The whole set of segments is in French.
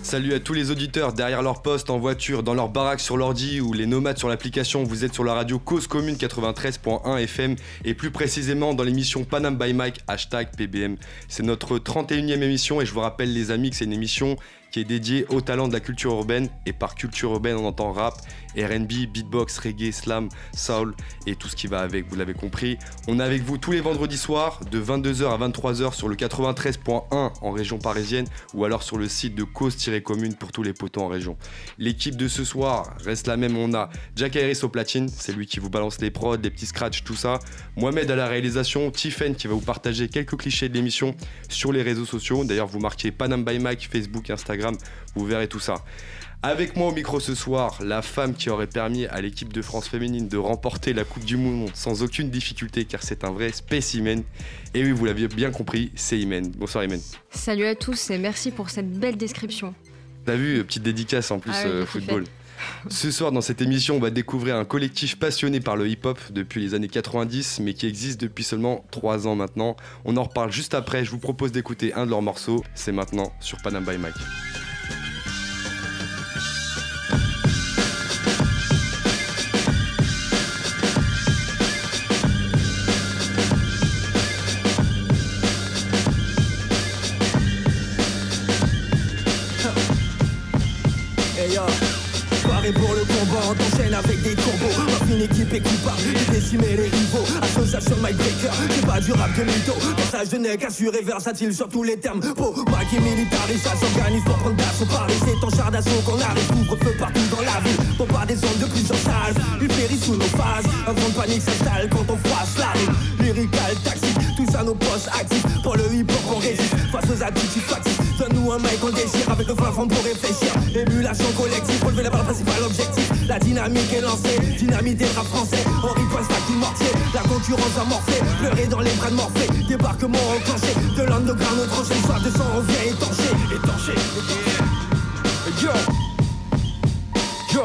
Salut à tous les auditeurs derrière leur poste, en voiture, dans leur baraque, sur l'ordi ou les nomades sur l'application. Vous êtes sur la radio Cause Commune 93.1 FM et plus précisément dans l'émission Panam by Mike, #PBM. C'est notre 31e émission et je vous rappelle les amis que c'est une émission qui est dédiée au talent de la culture urbaine. Et par culture urbaine, on entend rap, R&B, beatbox, reggae, slam, soul et tout ce qui va avec, vous l'avez compris. On est avec vous tous les vendredis soirs de 22h à 23h sur le 93.1 en région parisienne ou alors sur le site de Cause-Commune pour tous les potos en région. L'équipe de ce soir reste la même, on a Jack Harris au platine, c'est lui qui vous balance les prods, les petits scratchs, tout ça. Mohamed à la réalisation, Tiffen qui va vous partager quelques clichés de l'émission sur les réseaux sociaux. D'ailleurs, vous marquez Panam by Mike, Facebook, Instagram, vous verrez tout ça. Avec moi au micro ce soir, la femme qui aurait permis à l'équipe de France féminine de remporter la Coupe du Monde sans aucune difficulté car c'est un vrai spécimen. Et oui, vous l'aviez bien compris, c'est Imen. Bonsoir Imen. Salut à tous et merci pour cette belle description. T'as vu, petite dédicace en plus football. Ce soir dans cette émission, on va découvrir un collectif passionné par le hip-hop depuis les années 90 mais qui existe depuis seulement 3 ans maintenant. On en reparle juste après, je vous propose d'écouter un de leurs morceaux, c'est maintenant sur Panam by Mike. Pour le combat, on t'enchaîne avec des combos. Ma fine équipe est coupable de décimer les rivaux. Association Mike Breaker, c'est pas du rap de mytho. Passage de nec assuré, versatile sur tous les termes. Pour Mike et militariste, ça s'organise pour prendre d'assaut. Parler, c'est en char d'assaut qu'on arrive. Couvre-feu partout dans la ville. Pour pas des zones de plusieurs salles. Il périt sous nos phases. Un vent de panique s'installe quand on froisse la rime. Lyrical, taxi, tous à nos postes actifs. Pour le hip-hop, on résiste face aux attitudes factices. Donne-nous un mic, on déchire avec le fin fond pour réfléchir. Émulation collective, relever la barre principale. L'objectif, la dynamique est lancée, dynamite des rap français, on riposte pas tout mortier, la concurrence a morflé, pleurer dans les bras de Morphée, débarquement enclenché, de l'underground au tranché, soif de sang, on vient étanché. Yo, yo,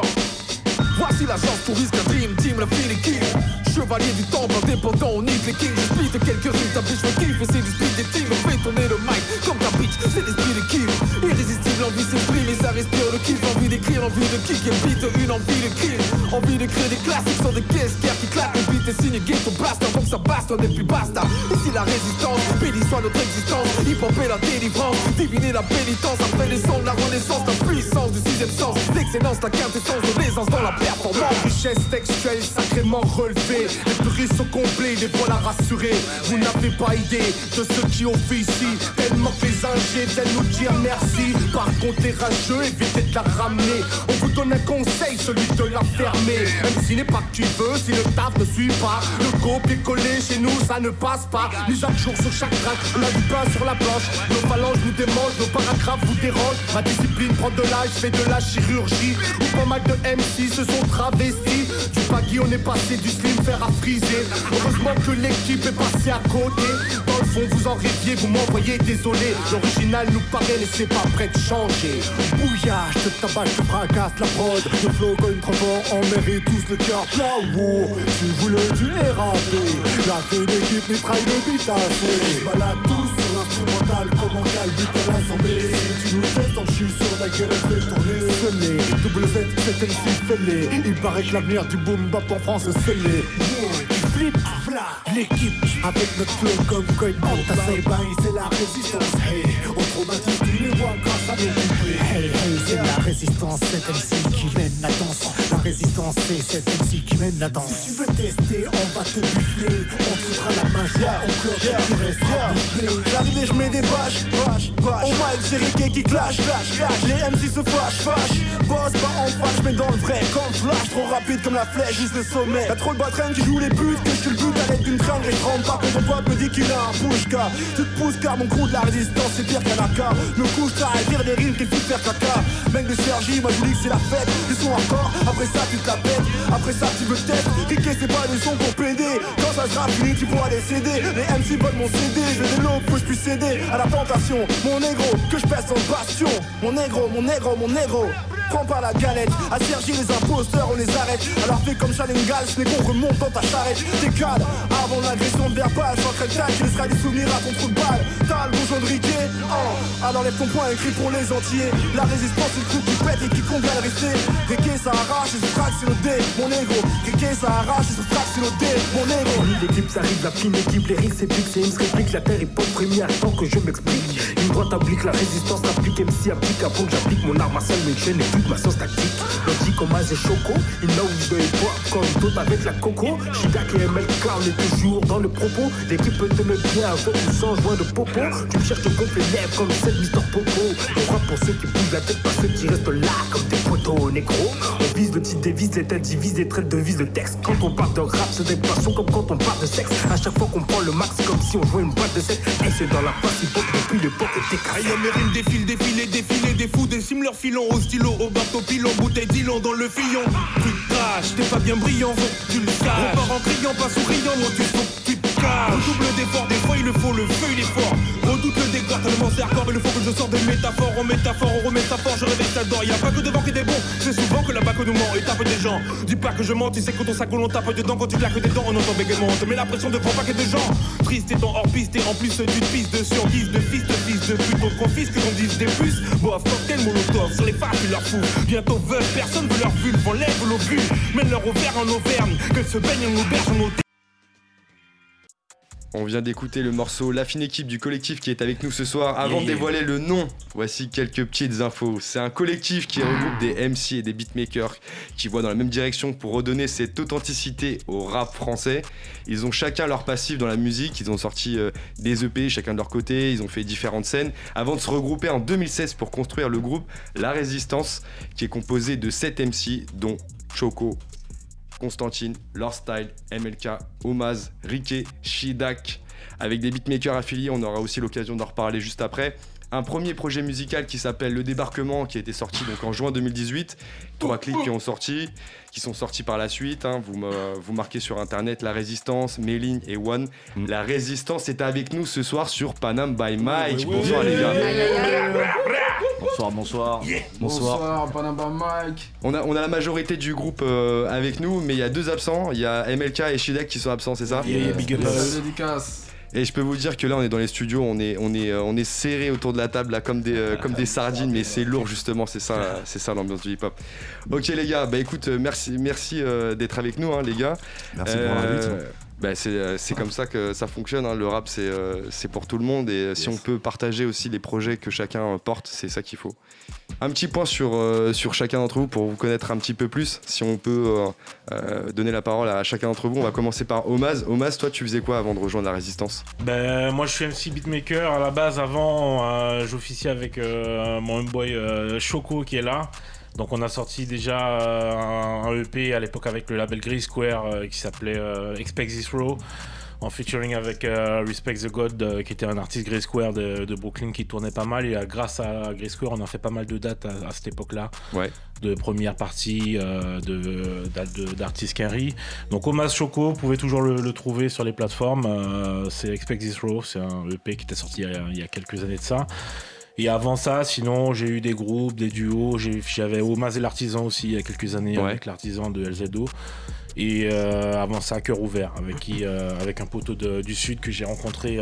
voici l'agence touriste, la Dream Team, la file équipe. Chevalier du temple, indépendant, on nique les kings. Je split quelques rimes, ta bitch me kiffe. Et c'est du speed des teams, on fait tourner le mic comme ta bitch, c'est l'esprit d'équipe. Irrésistible, l'envie s'exprime et ça respire le kiff. L'envie d'écrire, l'envie de kick, et beat, une envie de kill. Envie de créer des classiques sur des caisses qui claquent. Le beat est signé ghetto blaster, donc ça basta, on n'est plus basta. Ici la résistance, béni soit notre existence. Hip-hop et la délivrance, diviner la pénitence. Après les sons de la renaissance, la puissance du sixième sens. L'excellence, la quintessence de l'aisance dans la performance. Richesse textuelle sacrément relevée. Les puristes sont complets, les voilà rassurés. Vous n'avez pas idée de ce qui officie. Tellement que les ingés viennent nous dire merci. Par contre les rageux, évitez de la ramener. On vous donne un conseil, celui de la fermer. Même si n'est pas que tu veux, si le taf ne suit pas. Le copier-coller chez nous, ça ne passe pas. Mise à jour sur chaque track, on a du pain sur la planche. Nos phalanges nous démangent, nos paragraphes vous dérangent. Ma discipline prend de l'âge, fait de la chirurgie. Où pas mal de MC se sont travestis. Du baggy on est passé du slim faire à friser. Heureusement que l'équipe est passée à côté. Dans le fond vous en rêviez, vous m'envoyez désolé. L'original nous paraît mais c'est pas prêt de changer. Bouillard, je te tabasse, je te fracasse la prod. Le flow comme trop fort, on mérite tous le cœur plein. Wow, tu voulais du RAP. La fine équipe mitraille le beat assez. Balade tous sur l'instrumental, comme en calbute à l'assemblée. Si tu nous testes, je suis sur la gueule, elle fait tourner. Scellé, double Z, c'est MC fêlé. Il paraît que l'avenir du boom bap en France est scellé. Flip, fla, l'équipe avec notre flow comme Coin Monta Saïbaï, c'est la résistance. Hey, on traumatise tous les voix grâce à nos couplets. Hey, hey, c'est la résistance, c'est MC qui mène la danse. La résistance, c'est cet MC qui mène la danse. Si tu veux tester, on va te buffler. On te foutra la main, on cloque, tu resteras boufflé. J'arrive, je mets des bâches. Au mic, c'est Ricky qui clash. Les MC se fâchent. Boss pas en fâche, mais dans le vrai. Quand je flash, trop rapide comme la flèche, juste le sommet. Y'a trop de battraines qui jouent les putes, que je suis le but à l'aide d'une traîne. Et je rentre pas quand ton pote me dit qu'il a un push-car. Tu te pousses car mon crew de la résistance, c'est pire qu'un AK. Me couche tard à dire des rimes qu'il faut faire caca. Mec de Sergi, moi je vous dis que c'est la fête. Ils sont hardcore, après ça tu te la pètes. Après ça tu veux test. Ricky c'est pas des sons pour péder. Quand ça sera fini, tu pourras les céder. Les MC veulent mon CD, je veux des lots, faut que je puisse céder à la tentation. Mon négro, que je pèse en bastion. Mon négro. prends pas la galette. À Sergi les imposteurs on les arrête. Alors fais comme Chalengal, ce n'est qu'on remonte dans ta charrette. Décale, avant l'agression de verbal. J'en traite qui laissera des souvenirs à ton trou de balle. T'as le bonjour de Riquet, alors lève ton poing écrit pour les entiers. La résistance c'est le coup qui pète et qui compte bien le rester. Riquet ça arrache et se frappe sur le dé, mon négro. Riquet ça arrache et se frappe sur le dé, mon négro. L'équipe s'arrive, la fine équipe, les rixes s'épiquent. C'est une se réplique, la terre est pas frémie, attends que je m'explique. Une droite applique, la résistance applique, MC applique. Avant que j'applique mon arme martiale, mes chaînes et toute ma sauce tactique. Logique comme Az et Choco, il know de hip-hop comme d'autres avec la coco. Shidak et MLK, on est toujours dans le propos. L'équipe peut te mettre bien avec ou sans joint de popo. Tu me cherches de gonfler les lèvres comme celle Mister Popo. On rappe pour ceux qui bougent la tête, pas ceux qui restent là comme des poteaux négro. On vise le titre dévise, les têtes divisent, les traits de vise le texte. Quand on parle de rap, c'est des passions comme quand on parle de sexe. À chaque fois qu'on prend le max, comme si on jouait une boîte de sexe. Et c'est dans la face hip-hop depuis l'époque des cas. Aïe, mes rimes défilent, défilés, des fous déciment leur filon. Au stylo, au bateau pilon, bouteille d'ilon dans le fillon. Tu te craches, t'es pas bien brillant, faut que tu le caches. On part en criant, pas souriant, moi tu te caches. Redouble d'efforts, des fois il le faut, le feu il est fort. Redoute le décor, tellement c'est hardcore, mais il faut que je sorte des métaphores. En métaphore, on remet sa force, je réveille ça d'or. Y'a pas que devant qui des bons, c'est souvent que là-bas que nous ment et tape des gens. Dis pas que je mens, tu sais quand on sac on tape dedans, quand tu claques des dents, on entend bégaiement. On te met la pression de prends paquet de gens. Triste étant hors piste et en plus tu te pistes dessus en guise de fils de pute. On te confisque qu'on dise des puces. Bof, cocktail, molotov, sur les femmes ils leur foutent. Bientôt veulent, personne veut leur vulve, enlève l'ovule. Mène-leur au vert en Auvergne, qu'elles se baignent en auberge en auberge. On vient d'écouter le morceau La Fine Équipe du collectif qui est avec nous ce soir. Avant de dévoiler le nom, voici quelques petites infos. C'est un collectif qui regroupe des MC et des beatmakers qui voient dans la même direction pour redonner cette authenticité au rap français. Ils ont chacun leur passif dans la musique, ils ont sorti des EP chacun de leur côté, ils ont fait différentes scènes avant de se regrouper en 2016 pour construire le groupe La Résistance qui est composé de 7 MC dont Choco, Constantine, Lord Style, MLK, Omaz, Riquet, Shidak. Avec des beatmakers affiliés, on aura aussi l'occasion d'en reparler juste après. Un premier projet musical qui s'appelle Le Débarquement, qui a été sorti donc en juin 2018. 3 clips qui sont sortis par la suite. Hein. Vous marquez sur internet La Résistance, Méline et One. La Résistance est avec nous ce soir sur Panam by Mike. Bonsoir les gars. Bonsoir. Bonsoir, Panam by Mike. On a la majorité du groupe avec nous, mais il y a 2 absents. Il y a MLK et Shidak qui sont absents, c'est ça? Big up. Dédicace. Et je peux vous dire que là on est dans les studios, on est serré autour de la table là comme des sardines, mais c'est lourd justement, c'est ça l'ambiance du hip-hop. Ok les gars, bah écoute, merci d'être avec nous hein, les gars. Merci pour l'invite. Bah c'est comme ça que ça fonctionne, hein. Le rap c'est pour tout le monde et si on peut partager aussi les projets que chacun porte, c'est ça qu'il faut. Un petit point sur chacun d'entre vous pour vous connaître un petit peu plus. Si on peut donner la parole à chacun d'entre vous, on va commencer par Omaz. Omaz, toi tu faisais quoi avant de rejoindre La Résistance? Ben moi je suis MC beatmaker à la base. Avant j'officiais avec mon homeboy Choco qui est là. Donc on a sorti déjà un EP à l'époque avec le label Grey Square qui s'appelait Expect This Raw, en featuring avec Respect the God qui était un artiste Grey Square de Brooklyn qui tournait pas mal, et grâce à Grey Square on a fait pas mal de dates à cette époque-là, ouais. De première partie d'artistes Kenry. Donc Omaz Choco, vous pouvez toujours le trouver sur les plateformes, c'est Expect This Raw, c'est un EP qui était sorti il y a quelques années de ça. Et avant ça, sinon, j'ai eu des groupes, des duos. J'avais Omaz et l'Artisan aussi il y a quelques années, ouais. Avec l'Artisan de LZO. Et avant ça, Cœur Ouvert, avec un poteau du Sud que j'ai rencontré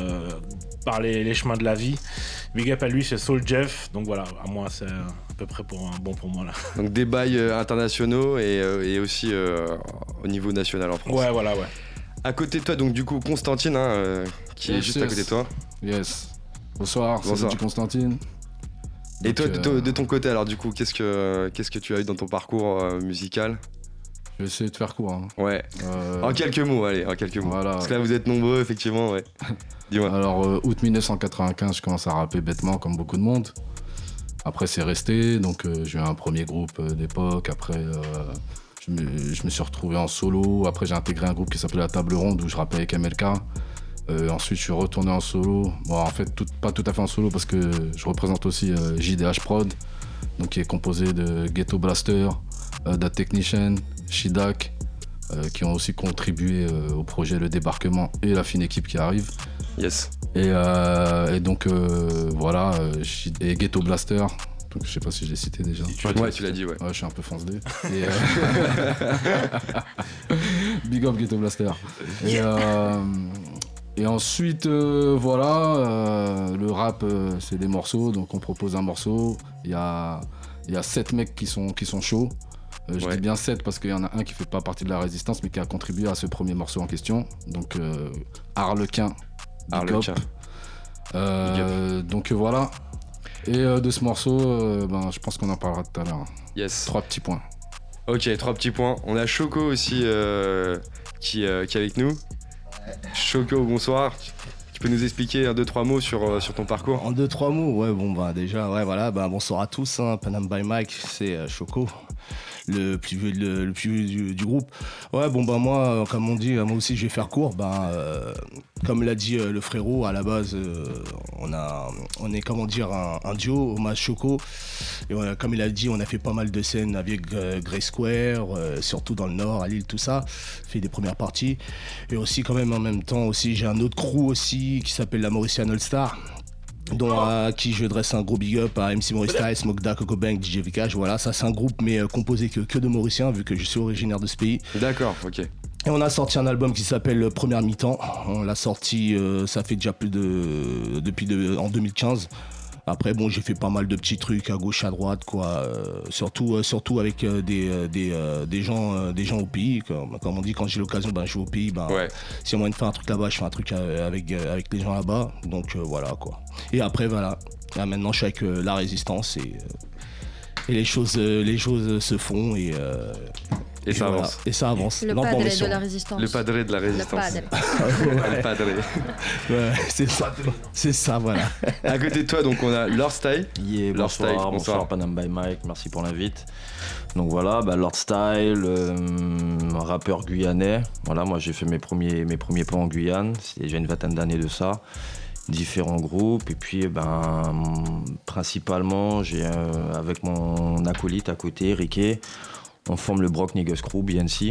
par les chemins de la vie. Big up à lui, c'est Soul Jeff. Donc voilà, à moi, c'est à peu près bon pour moi là. Donc des bails internationaux et aussi au niveau national en France. Ouais, voilà, ouais. À côté de toi, donc du coup, Constantine, hein, qui est juste à côté de toi. Yes. Bonsoir, c'est Constantine. Et toi, de ton côté, alors du coup, qu'est-ce que tu as eu dans ton parcours musical? Je vais essayer de faire court. Hein. Ouais. En quelques mots, allez, en quelques mots. Voilà. Parce que là, vous êtes nombreux, effectivement, ouais. Dis-moi. Alors, août 1995, je commence à rapper bêtement, comme beaucoup de monde. Après, c'est resté. Donc, j'ai eu un premier groupe d'époque. Après, je me suis retrouvé en solo. Après, j'ai intégré un groupe qui s'appelait La Table Ronde, où je rappais avec MLK. Ensuite, je suis retourné en solo. Bon, en fait, pas tout à fait en solo parce que je représente aussi JDH Prod, donc qui est composé de Ghetto Blaster, Da Technician, Shidak, qui ont aussi contribué au projet Le Débarquement et La Fine Équipe qui arrive. Yes. Et donc, voilà, et Ghetto Blaster, Donc je sais pas si je l'ai cité déjà. Ouais, tu l'as dit, ouais. Ouais, je suis un peu fonce-dé. Big up Ghetto Blaster. Et ensuite, voilà, le rap, c'est des morceaux, donc on propose un morceau. Il y a 7 mecs qui sont chauds. Je dis bien 7 parce qu'il y en a un qui fait pas partie de la résistance, mais qui a contribué à ce premier morceau en question. Donc Harlequin. Big up. Donc voilà. Et de ce morceau, je pense qu'on en parlera tout à l'heure. Yes. 3 petits points. Ok, 3 petits points. On a Choco aussi qui est avec nous. Choco, bonsoir. Tu peux nous expliquer 2-3 mots sur ton parcours? En 2-3 mots, ouais, déjà, ouais, voilà, bonsoir à tous, Panam by Mike, c'est Choco, le plus vieux du groupe. Ouais, moi, comme on dit, moi aussi je vais faire court. Comme l'a dit le frérot, à la base, on est comment dire un duo, hommage Choco. Et comme il a dit, on a fait pas mal de scènes avec Grey Square, surtout dans le Nord, à Lille, tout ça. Fait des premières parties. Et aussi quand même en même temps aussi, j'ai un autre crew aussi qui s'appelle la Maurician All Star. Dont à qui je dresse un gros big up à MC Maurice Style, Smokda, Coco Bang, DJ Vikash, voilà, ça c'est un groupe mais composé que de Mauriciens vu que je suis originaire de ce pays. D'accord, ok. Et on a sorti un album qui s'appelle Première Mi-temps, on l'a sorti, ça fait déjà en 2015. Après j'ai fait pas mal de petits trucs à gauche à droite quoi, surtout avec des gens au pays comme on dit, quand j'ai l'occasion je vais au pays, si y a moyen de faire un truc là-bas, je fais un truc avec les gens là-bas, donc voilà quoi. Et après voilà, là, maintenant je suis avec la résistance et les choses se font et ça voilà. avance. Et ça avance. Le padré de la résistance. Le padré de la résistance. Le padré. Ouais, c'est ça, voilà. À côté de toi, donc on a Lord Style. Yeah, bonsoir Panam by Mike, merci pour l'invite. Donc voilà, Lord Style, rappeur guyanais. Voilà, moi j'ai fait mes premiers pas en Guyane, c'est déjà une vingtaine d'années de ça. Différents groupes et puis principalement j'ai avec mon acolyte à côté, Riquet, on forme le Brock Niggas Crew, BNC,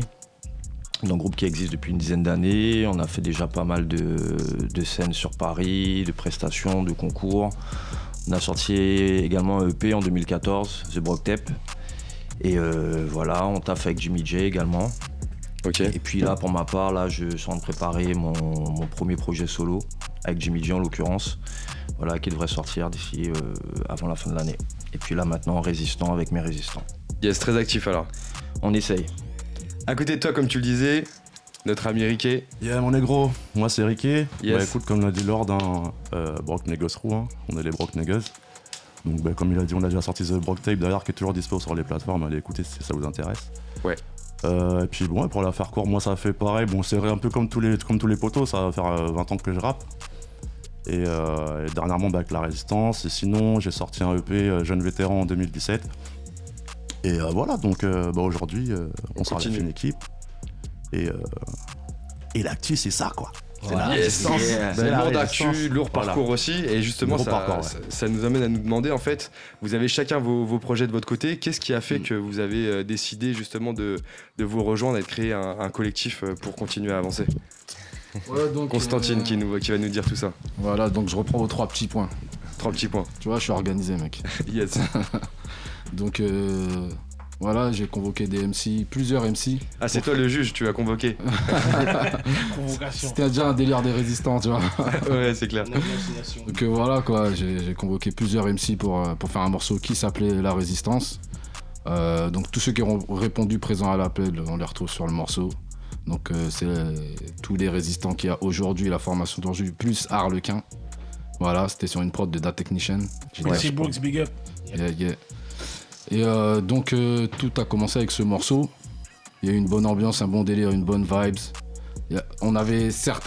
un groupe qui existe depuis une dizaine d'années. On a fait déjà pas mal de scènes sur Paris, de prestations, de concours. On a sorti également un EP en 2014, The Brock Tape. Et voilà, on taffe avec Jimmy J également. Okay. Et puis là, pour ma part, là, je suis en train de préparer mon premier projet solo, avec Jimmy J en l'occurrence, voilà, qui devrait sortir d'ici avant la fin de l'année. Et puis là, maintenant, résistant avec mes résistants. Yes, très actif alors. On essaye. À côté de toi, comme tu le disais, notre ami Riquet. Yeah, mon négro, moi c'est Riquet. Yes. Écoute, comme l'a dit Lord, Brock Niggas Crew, on est les Brock Niggas. Donc comme il a dit, on a déjà sorti The Brock Tape d'ailleurs, qui est toujours dispo sur les plateformes, allez écouter si ça vous intéresse. Ouais. Et puis pour la faire court, moi ça fait pareil, c'est un peu comme tous les potos, ça va faire 20 ans que je rappe. Et dernièrement avec la résistance, et sinon j'ai sorti un EP Jeune Vétéran en 2017. Et voilà, donc aujourd'hui on sera une équipe. Et l'actu c'est ça quoi. C'est la résistance. C'est lourd d'actu, lourd parcours aussi. Et justement ça nous amène à nous demander en fait, vous avez chacun vos projets de votre côté. Qu'est-ce qui a fait que vous avez décidé justement de vous rejoindre et de créer un collectif pour continuer à avancer? Ouais, donc, Constantine qui va nous dire tout ça. Voilà, donc je reprends vos 3 petits points. 3 petits points. Tu vois, je suis organisé, mec. Yes. Donc voilà, j'ai convoqué des MC, plusieurs MC. Ah, c'est toi le juge, tu as convoqué. Convocation. C'était déjà un délire des résistants, tu vois. Ouais, c'est clair. Donc voilà, quoi, j'ai convoqué plusieurs MC pour faire un morceau qui s'appelait La Résistance. Donc tous ceux qui ont répondu présent à l'appel, on les retrouve sur le morceau. Donc c'est tous les résistants qu'il y a aujourd'hui, la formation d'aujourd'hui, plus Harlequin. Voilà, c'était sur une prod de Da Technician. Merci Brooks, big up. Yeah. Et donc tout a commencé avec ce morceau. Il y a eu une bonne ambiance, un bon délire, une bonne vibes. On avait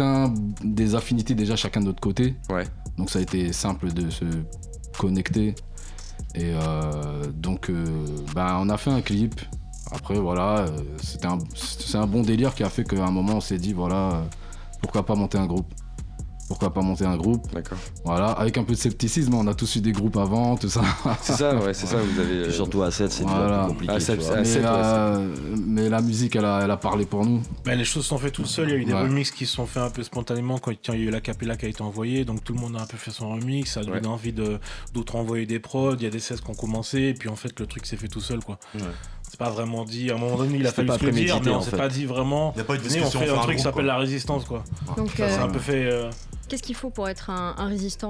des affinités déjà chacun de notre côté. Ouais. Donc ça a été simple de se connecter. Et donc on a fait un clip. Après voilà, c'est un bon délire qui a fait qu'à un moment on s'est dit voilà, pourquoi pas monter un groupe. Pourquoi pas monter un groupe? D'accord. Voilà, avec un peu de scepticisme, on a tous eu des groupes avant, tout ça. C'est ça, ouais, c'est ça, vous avez. Surtout à 7, c'est Voilà. plus compliqué. À 7, tu vois. à 7, Mais la musique, elle a parlé pour nous. Bah, les choses se sont faites tout seules, il y a eu des Ouais. remixes qui se sont faits un peu spontanément quand il y a eu l'acapella qui a été envoyé, donc tout le monde a un peu fait son remix, ça a donné envie d'autres envoyer des prods, il y a des 16 qui ont commencé, et puis en fait le truc s'est fait tout seul quoi. Ouais. C'est pas vraiment dit, à un moment donné il a C'était fallu pas se le dire, prémédité, mais on en s'est fait. pas dit vraiment, Il y a pas eu de on discussion, fait on fait un un truc qui groupe, s'appelle quoi. la résistance quoi. Donc, Ça c'est un peu fait... qu'est-ce qu'il faut pour être un résistant?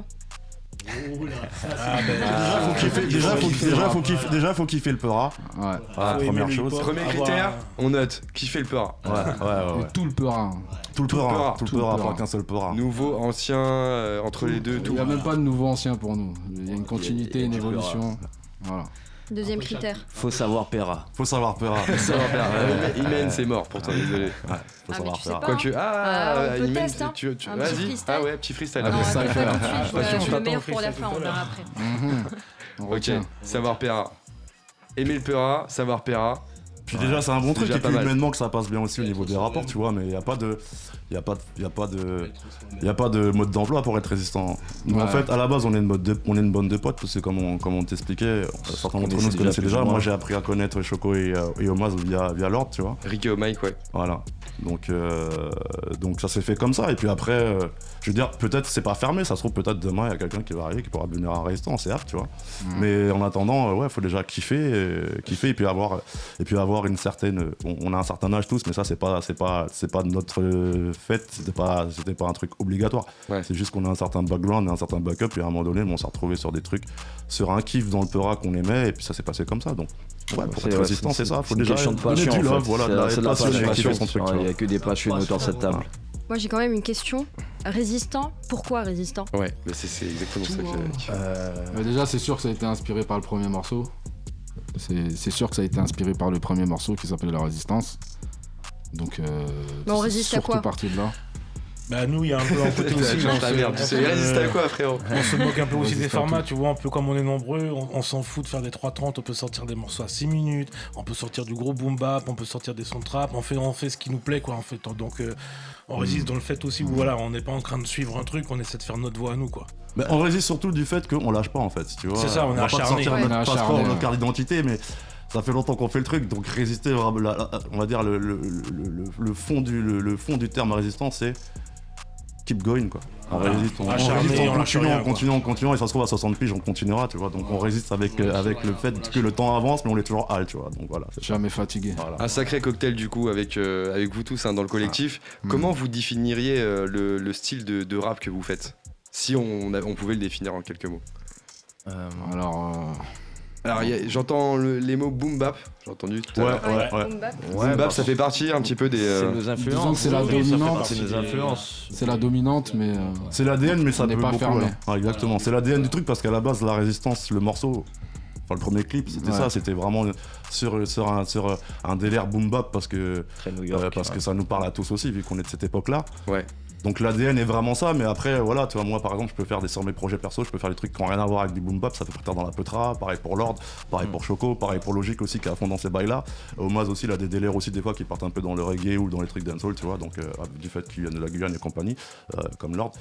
Déjà, faut kiffer le Peura. Ouais. Voilà, Faut première aimer le chose. hip-hop. Premier critère, on note, kiffer le Peura. Ouais. Et tout le Peura. Tout le Peura. Peura, pas qu'un seul Peura. Nouveau, ancien, entre les deux, Il tout. n'y a même pas de nouveau ancien pour nous. Il y a une continuité, une évolution. Voilà. Deuxième critère. Faut savoir Pera. Faut savoir Peura. Imen, c'est mort pour toi, désolé. Faut Ah, mais savoir tu sais Peura. pas. Quoique, on peut Imen, tester, hein. tu Un petit vas-y. freestyle. Ah ouais, petit freestyle. Non, ça, pas il tout fait. de suite, Attention, le meilleur t'attends, pour la freestyle fin, on tout à verra l'heure. après. On Ok, retient. savoir Peura. Aimer le Peura, savoir Peura. Puis déjà, c'est un bon truc, déjà et pas puis mal. humainement que ça passe bien aussi au niveau des rapports, tu vois, mais il n'y a pas de mode d'emploi pour être résistant. Nous, en Ouais. fait, à la base, on est une bande de potes, parce que comme on t'expliquait, certains d'entre nous se déjà connaissaient plus déjà. ou moins. Moi, j'ai appris à connaître Choco et Omaz via l'ordre, tu vois. Ricky au mic, ouais. Voilà. Donc ça s'est fait comme ça. Et puis après, je veux dire, peut-être c'est pas fermé. Ça se trouve, peut-être demain, il y a quelqu'un qui va arriver qui pourra devenir un résistant, c'est apte, tu vois. Mais en attendant, ouais, faut déjà kiffer et puis avoir une certaine. Bon, on a un certain âge tous, mais ça, c'est pas notre fait. C'était pas un truc obligatoire. Ouais. C'est juste qu'on a un certain background et un certain backup. Et à un moment donné, on s'est retrouvé sur des trucs, sur un kiff dans le Peura qu'on aimait. Et puis ça s'est passé comme ça. Donc, ouais, pour être résistant, c'est ça. Faut une déjà question de donner passion. du En love, fait. voilà, C'est de la passionné, passion. kiffer son truc, tu Il vois. n'y a que des passionnés autour de cette table. Moi, j'ai quand même une question. Résistant, pourquoi résistant? Ouais, mais c'est exactement ça que j'avais dit. Mais déjà, c'est sûr que ça a été inspiré par le premier morceau. C'est sûr que ça a été inspiré par le premier morceau qui s'appelle La Résistance. Donc, Mais on c'est résiste à surtout quoi? parti de là. Bah nous il y a un peu un côté aussi, Putain, ta merde, tu sais, résiste à quoi, frérot? on se moque un peu aussi Résiste des à formats, tout. tu vois, un peu comme on est nombreux, on s'en fout de faire des 3:30, on peut sortir des morceaux à 6 minutes, on peut sortir du gros boom bap, on peut sortir des sons trap, on fait ce qui nous plaît quoi en fait. Donc on résiste dans le fait aussi où voilà, on n'est pas en train de suivre un truc, on essaie de faire notre voix à nous quoi. Mais on résiste surtout du fait qu'on lâche pas en fait, tu vois. C'est ça, on est va pas acharné. sortir Ouais. notre On est passeport, acharné, notre ouais. carte d'identité, mais ça fait longtemps qu'on fait le truc, donc résister, on va dire le fond du terme résistance, c'est keep going quoi. On Voilà. résiste, on Acharné, résiste, on on lâche continue, rien, on continue, on continue, et ça se trouve à 60 piges, on continuera, tu vois. Donc on résiste avec le fait que le temps avance, mais on est toujours hal, tu vois. Donc voilà. c'est ça. Jamais fatigué. Voilà. Un sacré cocktail du coup avec vous tous hein, dans le collectif. Comment vous définiriez le style de rap que vous faites? Si on pouvait le définir en quelques mots. Alors, J'entends les mots boom bap, j'ai entendu tout à l'heure. Ouais. Boom bap. Boom bap, ça fait partie un petit peu des. C'est nos disons influences. que c'est la Oui, ça fait dominante. partie des influences. c'est la dominante, mais C'est l'ADN, mais ça On n'est peut pas beaucoup. fermé. Voilà. Ouais, exactement. C'est l'ADN du truc parce qu'à la base, la résistance, le morceau, enfin le premier clip, c'était Ouais. ça. C'était vraiment sur un délire boom bap parce que Très New York. parce que ça nous parle à tous aussi vu qu'on est de cette époque-là. Ouais. Donc l'ADN est vraiment ça, mais après voilà, tu vois, moi par exemple, je peux faire sur mes projets perso, je peux faire des trucs qui n'ont rien à voir avec du boom bap, ça fait partir dans la Petra, pareil pour Lord, pareil pour Choco, pareil pour Logic aussi qui est à fond dans ces bails là. Omaz aussi, il a des délires aussi des fois qui partent un peu dans le reggae ou dans les trucs dancehall, tu vois, donc du fait qu'il vient de la Guyane et compagnie, comme Lord.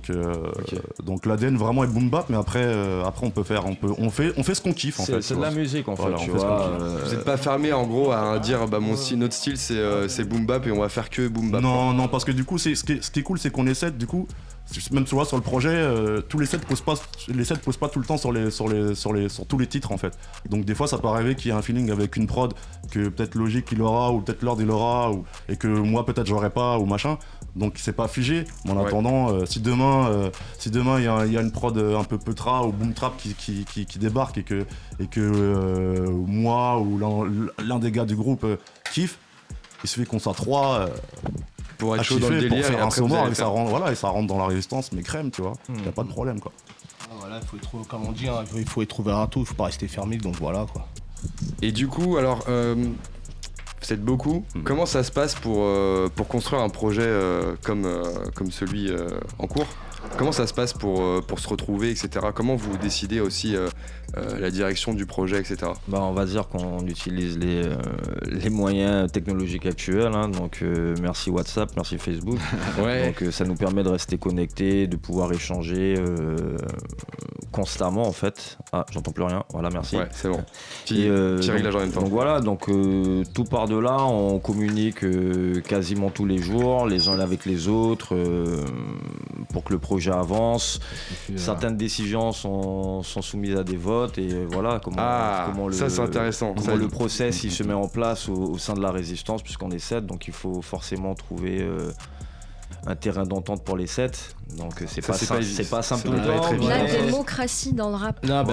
Donc l'ADN vraiment est boom bap, mais après on peut faire, on fait ce qu'on kiffe en fait. C'est tu de la vois. musique en fait, Voilà, tu on fait ce qu'on vois. kiffe. Vous n'êtes pas fermé en gros à dire bah notre style c'est boom bap et on va faire que boom bap. Non, parce que du coup, ce qui est cool, c'est qu'on essaie, du coup, même tu vois sur le projet, tous les sets posent pas tout le temps sur tous les titres en fait. Donc des fois, ça peut arriver qu'il y ait un feeling avec une prod que peut-être Logic il aura ou peut-être Lord il aura et que moi peut-être j'aurais pas ou machin. Donc c'est pas figé. Mais en attendant, si demain il y a une prod un peu Petra ou Boom Trap qui débarque et que moi ou l'un des gars du groupe kiffe, il suffit qu'on soit trois. Pour être à chaud dans le kiffer, délire pour et faire un après vous sonore allez et ça rentre dans la résistance, mais crème, tu vois. Y a pas de problème quoi. Voilà, il faut y trouver, comme on dit, hein, il faut y trouver un tout, il faut pas rester fermé, donc voilà quoi. Et du coup, alors, vous êtes beaucoup. Comment ça se passe pour construire un projet comme celui en cours? Comment ça se passe pour se retrouver, etc. Comment vous décidez aussi la direction du projet, etc. On va dire qu'on utilise les moyens technologiques actuels, hein, donc merci WhatsApp, merci Facebook. Ouais. Donc ça nous permet de rester connectés, de pouvoir échanger constamment en fait. Ah, j'entends plus rien, voilà, merci. Ouais, c'est bon. Petit réglage en même temps. Donc voilà, tout part de là, on communique quasiment tous les jours, les uns avec les autres, pour que le projet avance. Puis, certaines décisions sont soumises à des votes et voilà comment ça c'est intéressant. Comment le process il se met en place au sein de la résistance, puisqu'on est 7, donc il faut forcément trouver un terrain d'entente pour les 7. Donc c'est pas simple tout le temps. La démocratie dans le rap. Non,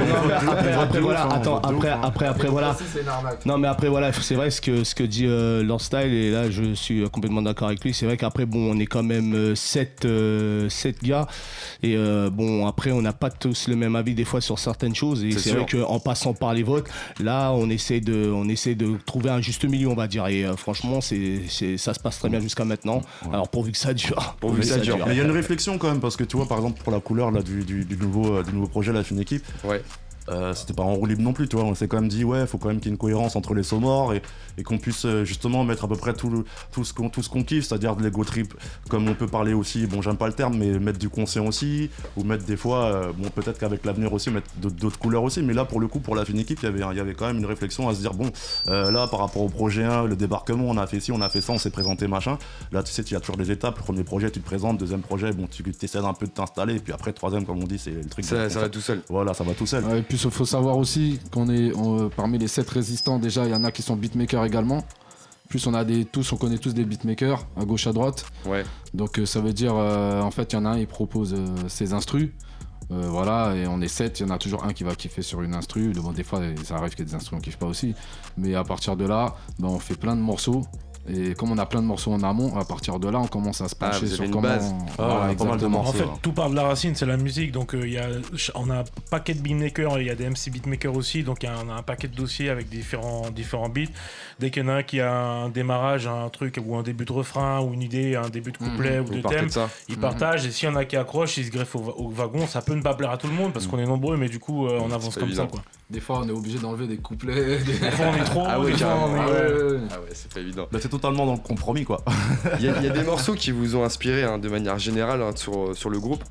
après voilà. Non mais après voilà, c'est vrai ce que dit Lord Style, et là je suis complètement d'accord avec lui. C'est vrai qu'après on est quand même 7 gars et après on n'a pas tous le même avis des fois sur certaines choses, et c'est vrai qu'en passant par les votes, là on essaie de trouver un juste milieu, on va dire, et franchement ça se passe très bien jusqu'à maintenant. Alors pourvu que ça dure. Mais il y a une réflexion quand même, parce que tu vois par exemple pour la couleur là, du nouveau projet, la fine équipe, c'était pas en roue libre non plus, tu vois. On s'est quand même dit faut quand même qu'il y ait une cohérence entre les sonores et qu'on puisse justement mettre à peu près tout ce qu'on kiffe, c'est-à-dire de l'ego trip, comme on peut parler aussi, j'aime pas le terme, mais mettre du conscient aussi, ou mettre des fois, peut-être qu'avec l'avenir aussi, mettre d'autres couleurs aussi, mais là pour le coup pour la fine équipe il y avait quand même une réflexion à se dire là par rapport au projet 1, le débarquement, on a fait ci, on a fait ça, on s'est présenté machin, là tu sais il y a toujours des étapes, le premier projet tu te présentes, deuxième projet tu essaies un peu de t'installer, et puis après troisième comme on dit c'est le truc, ça va tout seul. Voilà, ça va tout seul. Et puis il faut savoir aussi qu'on est parmi les 7 résistants, déjà il y en a qui sont beatmakers également. Plus on connaît tous des beatmakers à gauche à droite. Ouais. Donc ça veut dire en fait il y en a un, il propose ses instrus. Voilà, et on est 7, il y en a toujours un qui va kiffer sur une instru. Des fois ça arrive qu'il y a des instrus on kiffe pas aussi. Mais à partir de là, on fait plein de morceaux. Et comme on a plein de morceaux en amont, à partir de là, on commence à se pencher sur comment. Exactement. En fait, tout part de la racine, c'est la musique. Donc, on a un paquet de beatmakers, il y a des MC beatmakers aussi. Donc, on a un paquet de dossiers avec différents beats. Dès qu'il y en a un qui a un démarrage, un truc, ou un début de refrain, ou une idée, un début de couplet ou de thème, ils partagent. Et s'il y en a qui accrochent, ils se greffent au wagon. Ça peut ne pas plaire à tout le monde parce qu'on est nombreux, mais du coup, on avance comme ça, quoi. Des fois, on est obligé d'enlever des couplets. Des fois, on est trop. C'est pas évident. C'est totalement dans le compromis, quoi. Il y a des morceaux qui vous ont inspiré de manière générale sur le groupe.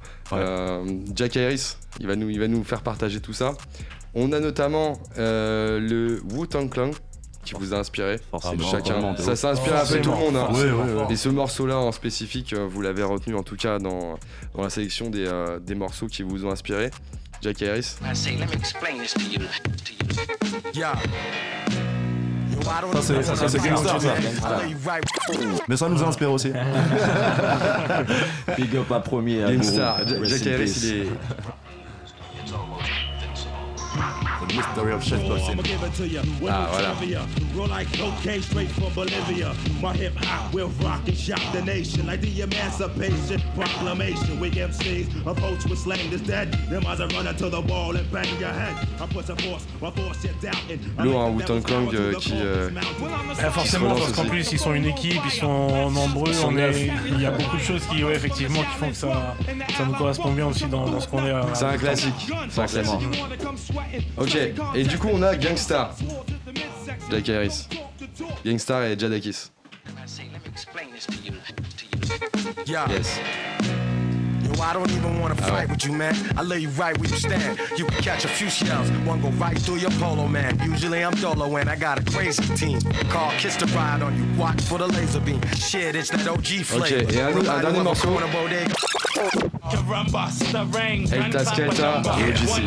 Jack Harris, il va nous faire partager tout ça. On a notamment le Wu-Tang Clan qui vous a inspiré. Chacun. Ça s'est inspiré un peu tout le monde. Hein. Et ce morceau-là en spécifique, vous l'avez retenu en tout cas dans la sélection des morceaux qui vous ont inspiré. Jack Harris. Ça c'est gangsta, ça. Mais ça nous inspire aussi. Big up à premier. Gangsta. Jack Harris, il est... The mystery of shit person. Ah voilà. Roll like cocaine straight from Bolivia. My hip hop will rock and shock the nation like the Emancipation Proclamation. We MCs approach with slang that's dead. Them eyes are running to the wall and bang your head. I put a force you're doubting. Lourd, Wu-Tang Clan qui forcément, parce qu'en plus ils sont une équipe, ils sont nombreux, il y a beaucoup de choses qui effectivement qui font que ça nous correspond bien aussi dans ce qu'on est. C'est un classique. Ok, et du coup on a Gangsta, Jack Harris, Gangsta et Jadakiss. Yes. I don't even wanna fight with you, man. I lay you right where you stand. You can catch a few shells, one go right through your polo, man. Usually I'm dolo and I got a crazy team. Call Kiss to ride on you, watch for the laser beam. Shit, it's that OG flavor. Ok, et un dernier morceau. Elta Skelta et OGC.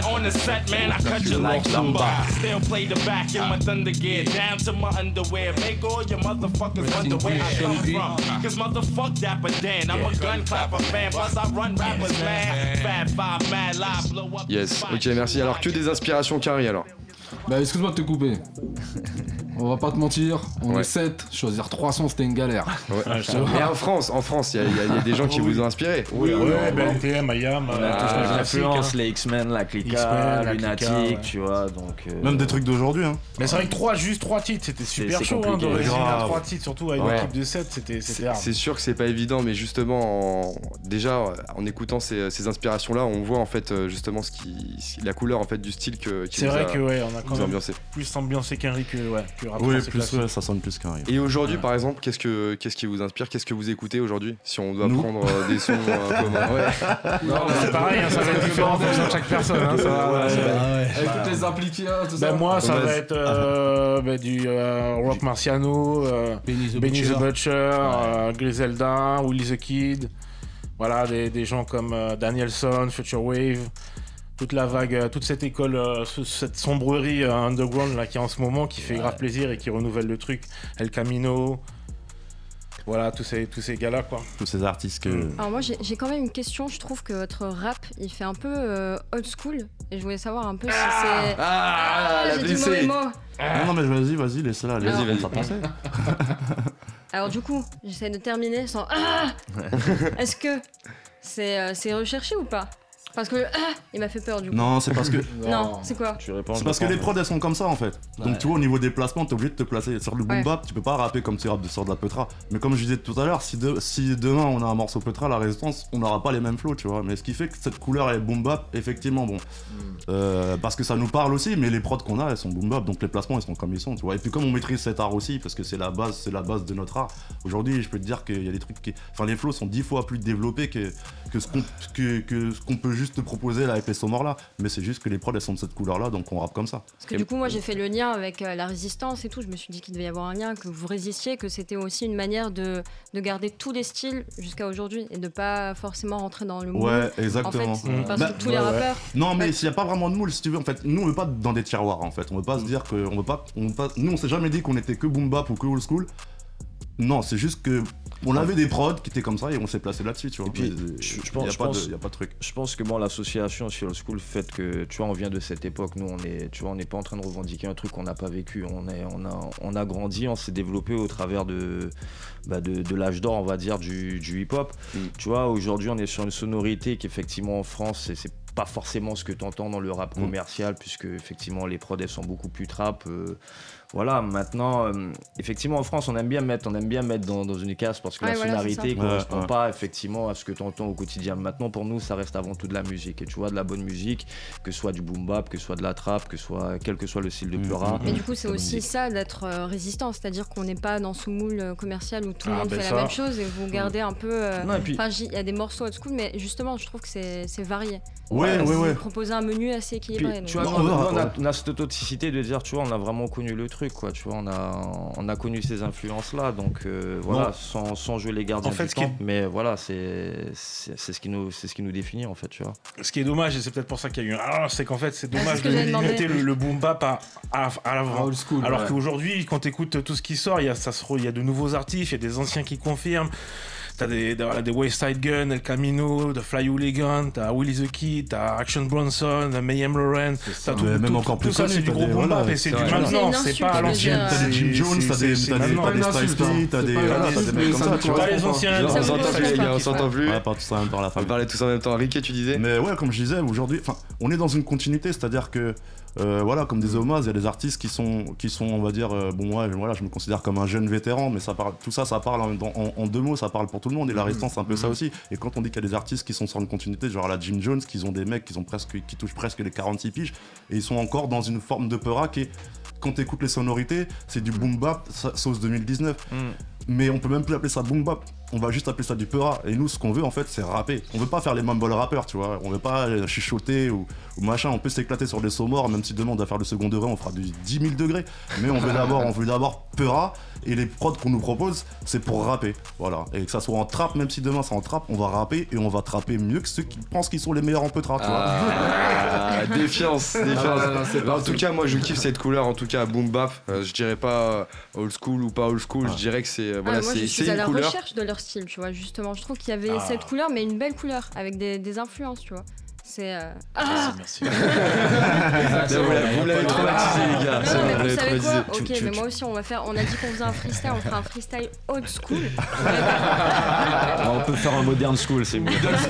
Yes, ok, merci. Alors que des inspirations carrées alors. Bah excuse-moi de te couper. On va pas te mentir, on est 7, choisir 3 sons c'était une galère. Mais en France, il y a des gens qui vous ont inspiré. Oui, NTM, IAM, l'influence, les X-Men, la Clica, Lunatic, tu vois, donc... Même des trucs d'aujourd'hui, hein. Mais c'est vrai que juste 3 titres, c'était super chaud, hein, de réussir à 3 titres, surtout avec une équipe de 7, c'était hard. C'est sûr que c'est pas évident, mais justement, déjà, en écoutant ces inspirations-là, on voit en fait justement la couleur en fait du style qui c'est vrai que on a quand même ambiancé. Plus ambiancé qu'Henry que rap. Oui, plus ça sonne plus qu'Henry. Et aujourd'hui, par exemple, qu'est-ce qui vous inspire? Qu'est-ce que vous écoutez aujourd'hui? Si on doit prendre des sons communs. Non, c'est pareil, ça va être différent pour chaque personne. Avec toutes les impliqués, tout ça. Moi, ça va être du Rock Marciano, Benny the Butcher, Griselda, Willie the Kid. Voilà, des gens comme Danielson, Future Wave. Toute la vague, toute cette école, cette sombrerie underground là qui est en ce moment, qui fait grave plaisir et qui renouvelle le truc. El Camino, voilà, tous ces gars-là quoi. Tous ces artistes que... Alors moi j'ai quand même une question, je trouve que votre rap il fait un peu old school et je voulais savoir un peu si c'est... j'ai dit mauvais mot. Non mais vas-y, laisse-la, vas-y, ça passer. Alors du coup, j'essaie de terminer sans... Est-ce que c'est recherché ou pas? Parce que il m'a fait peur du coup. Non, c'est parce que... Non, c'est quoi? C'est parce que les prods elles sont comme ça en fait. Donc tu vois au niveau des placements t'es obligé de te placer sur le boom bap, tu peux pas rapper comme tu rappes sur de la Petra. Mais comme je disais tout à l'heure, si demain on a un morceau Petra, la Résistance, on n'aura pas les mêmes flows, tu vois. Mais ce qui fait que cette couleur est boom bap, effectivement bon. Parce que ça nous parle aussi, mais les prods qu'on a elles sont boom bap, donc les placements ils sont comme ils sont, tu vois. Et puis comme on maîtrise cet art aussi, parce que c'est la base de notre art. Aujourd'hui je peux te dire qu'il y a des trucs enfin les flows sont 10 fois plus développés que ce qu'on peut juste te proposer là avec les sonores là, mais c'est juste que les prods elles sont de cette couleur là, donc on rappe comme ça. Parce que du coup moi j'ai fait le lien avec la résistance et tout, je me suis dit qu'il devait y avoir un lien, que vous résistiez, que c'était aussi une manière de garder tous les styles jusqu'à aujourd'hui et de pas forcément rentrer dans le moule. Ouais, exactement. En fait, parce que tous les rappeurs... Non mais s'il y a pas vraiment de moule, si tu veux, en fait, nous on veut pas dans des tiroirs en fait, on veut pas se dire que nous on s'est jamais dit qu'on était que boom bap ou que old school. Non, c'est juste que on avait des prods qui étaient comme ça et on s'est placé là-dessus, tu vois. Et puis, je pense, y a pas de truc. Je pense que l'association sur le school, le fait que tu vois, on vient de cette époque, nous on n'est pas en train de revendiquer un truc qu'on n'a pas vécu. On a grandi, on s'est développé au travers de l'âge d'or, on va dire, du hip-hop. Tu vois, aujourd'hui on est sur une sonorité qui effectivement en France, c'est pas forcément ce que tu entends dans le rap commercial, puisque effectivement les prods elles sont beaucoup plus trap. Voilà, maintenant, effectivement en France on aime bien mettre dans une case parce que la sonorité correspond pas effectivement à ce que tu entends au quotidien. Maintenant pour nous ça reste avant tout de la musique, et tu vois, de la bonne musique, que ce soit du boom bap, que ce soit de la trap, quel que soit le style de Peura. Mais du coup c'est aussi ça d'être résistant, c'est-à-dire qu'on n'est pas dans ce moule commercial où tout le monde fait la même chose et vous gardez un peu... Enfin il y a des morceaux old school, mais justement je trouve que c'est varié. Vous proposez un menu assez équilibré. Puis, tu vois, on a cette authenticité de dire, tu vois, on a vraiment connu le truc, quoi. Tu vois, on a connu ces influences-là, donc voilà, sans jouer les gardiens du temple, mais voilà, c'est ce qui nous définit en fait, tu vois. Ce qui est dommage, et c'est peut-être pour ça qu'il y a eu c'est qu'en fait, c'est dommage de limiter le boom bap à l'avant. Alors qu'aujourd'hui, quand t'écoutes tout ce qui sort, il y a de nouveaux artistes, il y a des anciens qui confirment. T'as des Wayside Gun, El Camino, The Fly Hooligan, t'as Willie the Kid, t'as Action Bronson, Mayhem Lauren, t'as tout, même encore plus ça, c'est du gros boom bap et c'est du maintenant, c'est pas à l'ancienne. T'as des Jim Jones, t'as des Styles P, t'as des mecs comme ça, tu vois. T'as les anciens. On s'entend plus. On parle tous en même temps à la fin. On parlait tous en même temps. Ricky, tu disais? Mais ouais, comme je disais, aujourd'hui, on est dans une continuité, c'est-à-dire que voilà, comme des hommages, il y a des artistes qui sont on va dire, je me considère comme un jeune vétéran, mais tout ça parle en deux mots, ça parle pour tout le monde, et la résistance c'est un peu ça aussi. Et quand on dit qu'il y a des artistes qui sont sur une continuité, genre la Jim Jones, qui ont des mecs qui touchent presque les 46 piges, et ils sont encore dans une forme de peura qui est, quand t'écoutes les sonorités, c'est du boom bap sauce 2019. Mais on peut même plus appeler ça boom bap, on va juste appeler ça du peura. Et nous, ce qu'on veut en fait, c'est rapper. On veut pas faire les mumble rappeurs, tu vois. On veut pas chuchoter ou machin. On peut s'éclater sur des sauts morts, même si demain on doit faire le second degré, on fera du 10 000 degrés. Mais on veut d'abord peura. Et les prods qu'on nous propose, c'est pour rapper. Voilà. Et que ça soit en trap, même si demain c'est en trap, on va rapper et on va trapper mieux que ceux qui pensent qu'ils sont les meilleurs en petra, tu vois. Défiance. En tout cas, moi je kiffe cette couleur, en tout cas boom bap. Je dirais pas old school ou pas old school, je dirais que c'est moi je suis à la recherche de leur style, tu vois, justement. Je trouve qu'il y avait cette couleur, mais une belle couleur, avec des influences, tu vois. Merci. Vous l'avez traumatisé, les gars. Non, mais vous savez quoi? Ok, mais moi aussi, on a dit qu'on faisait un freestyle, on fera un freestyle old school. On peut faire un modern school, c'est mieux.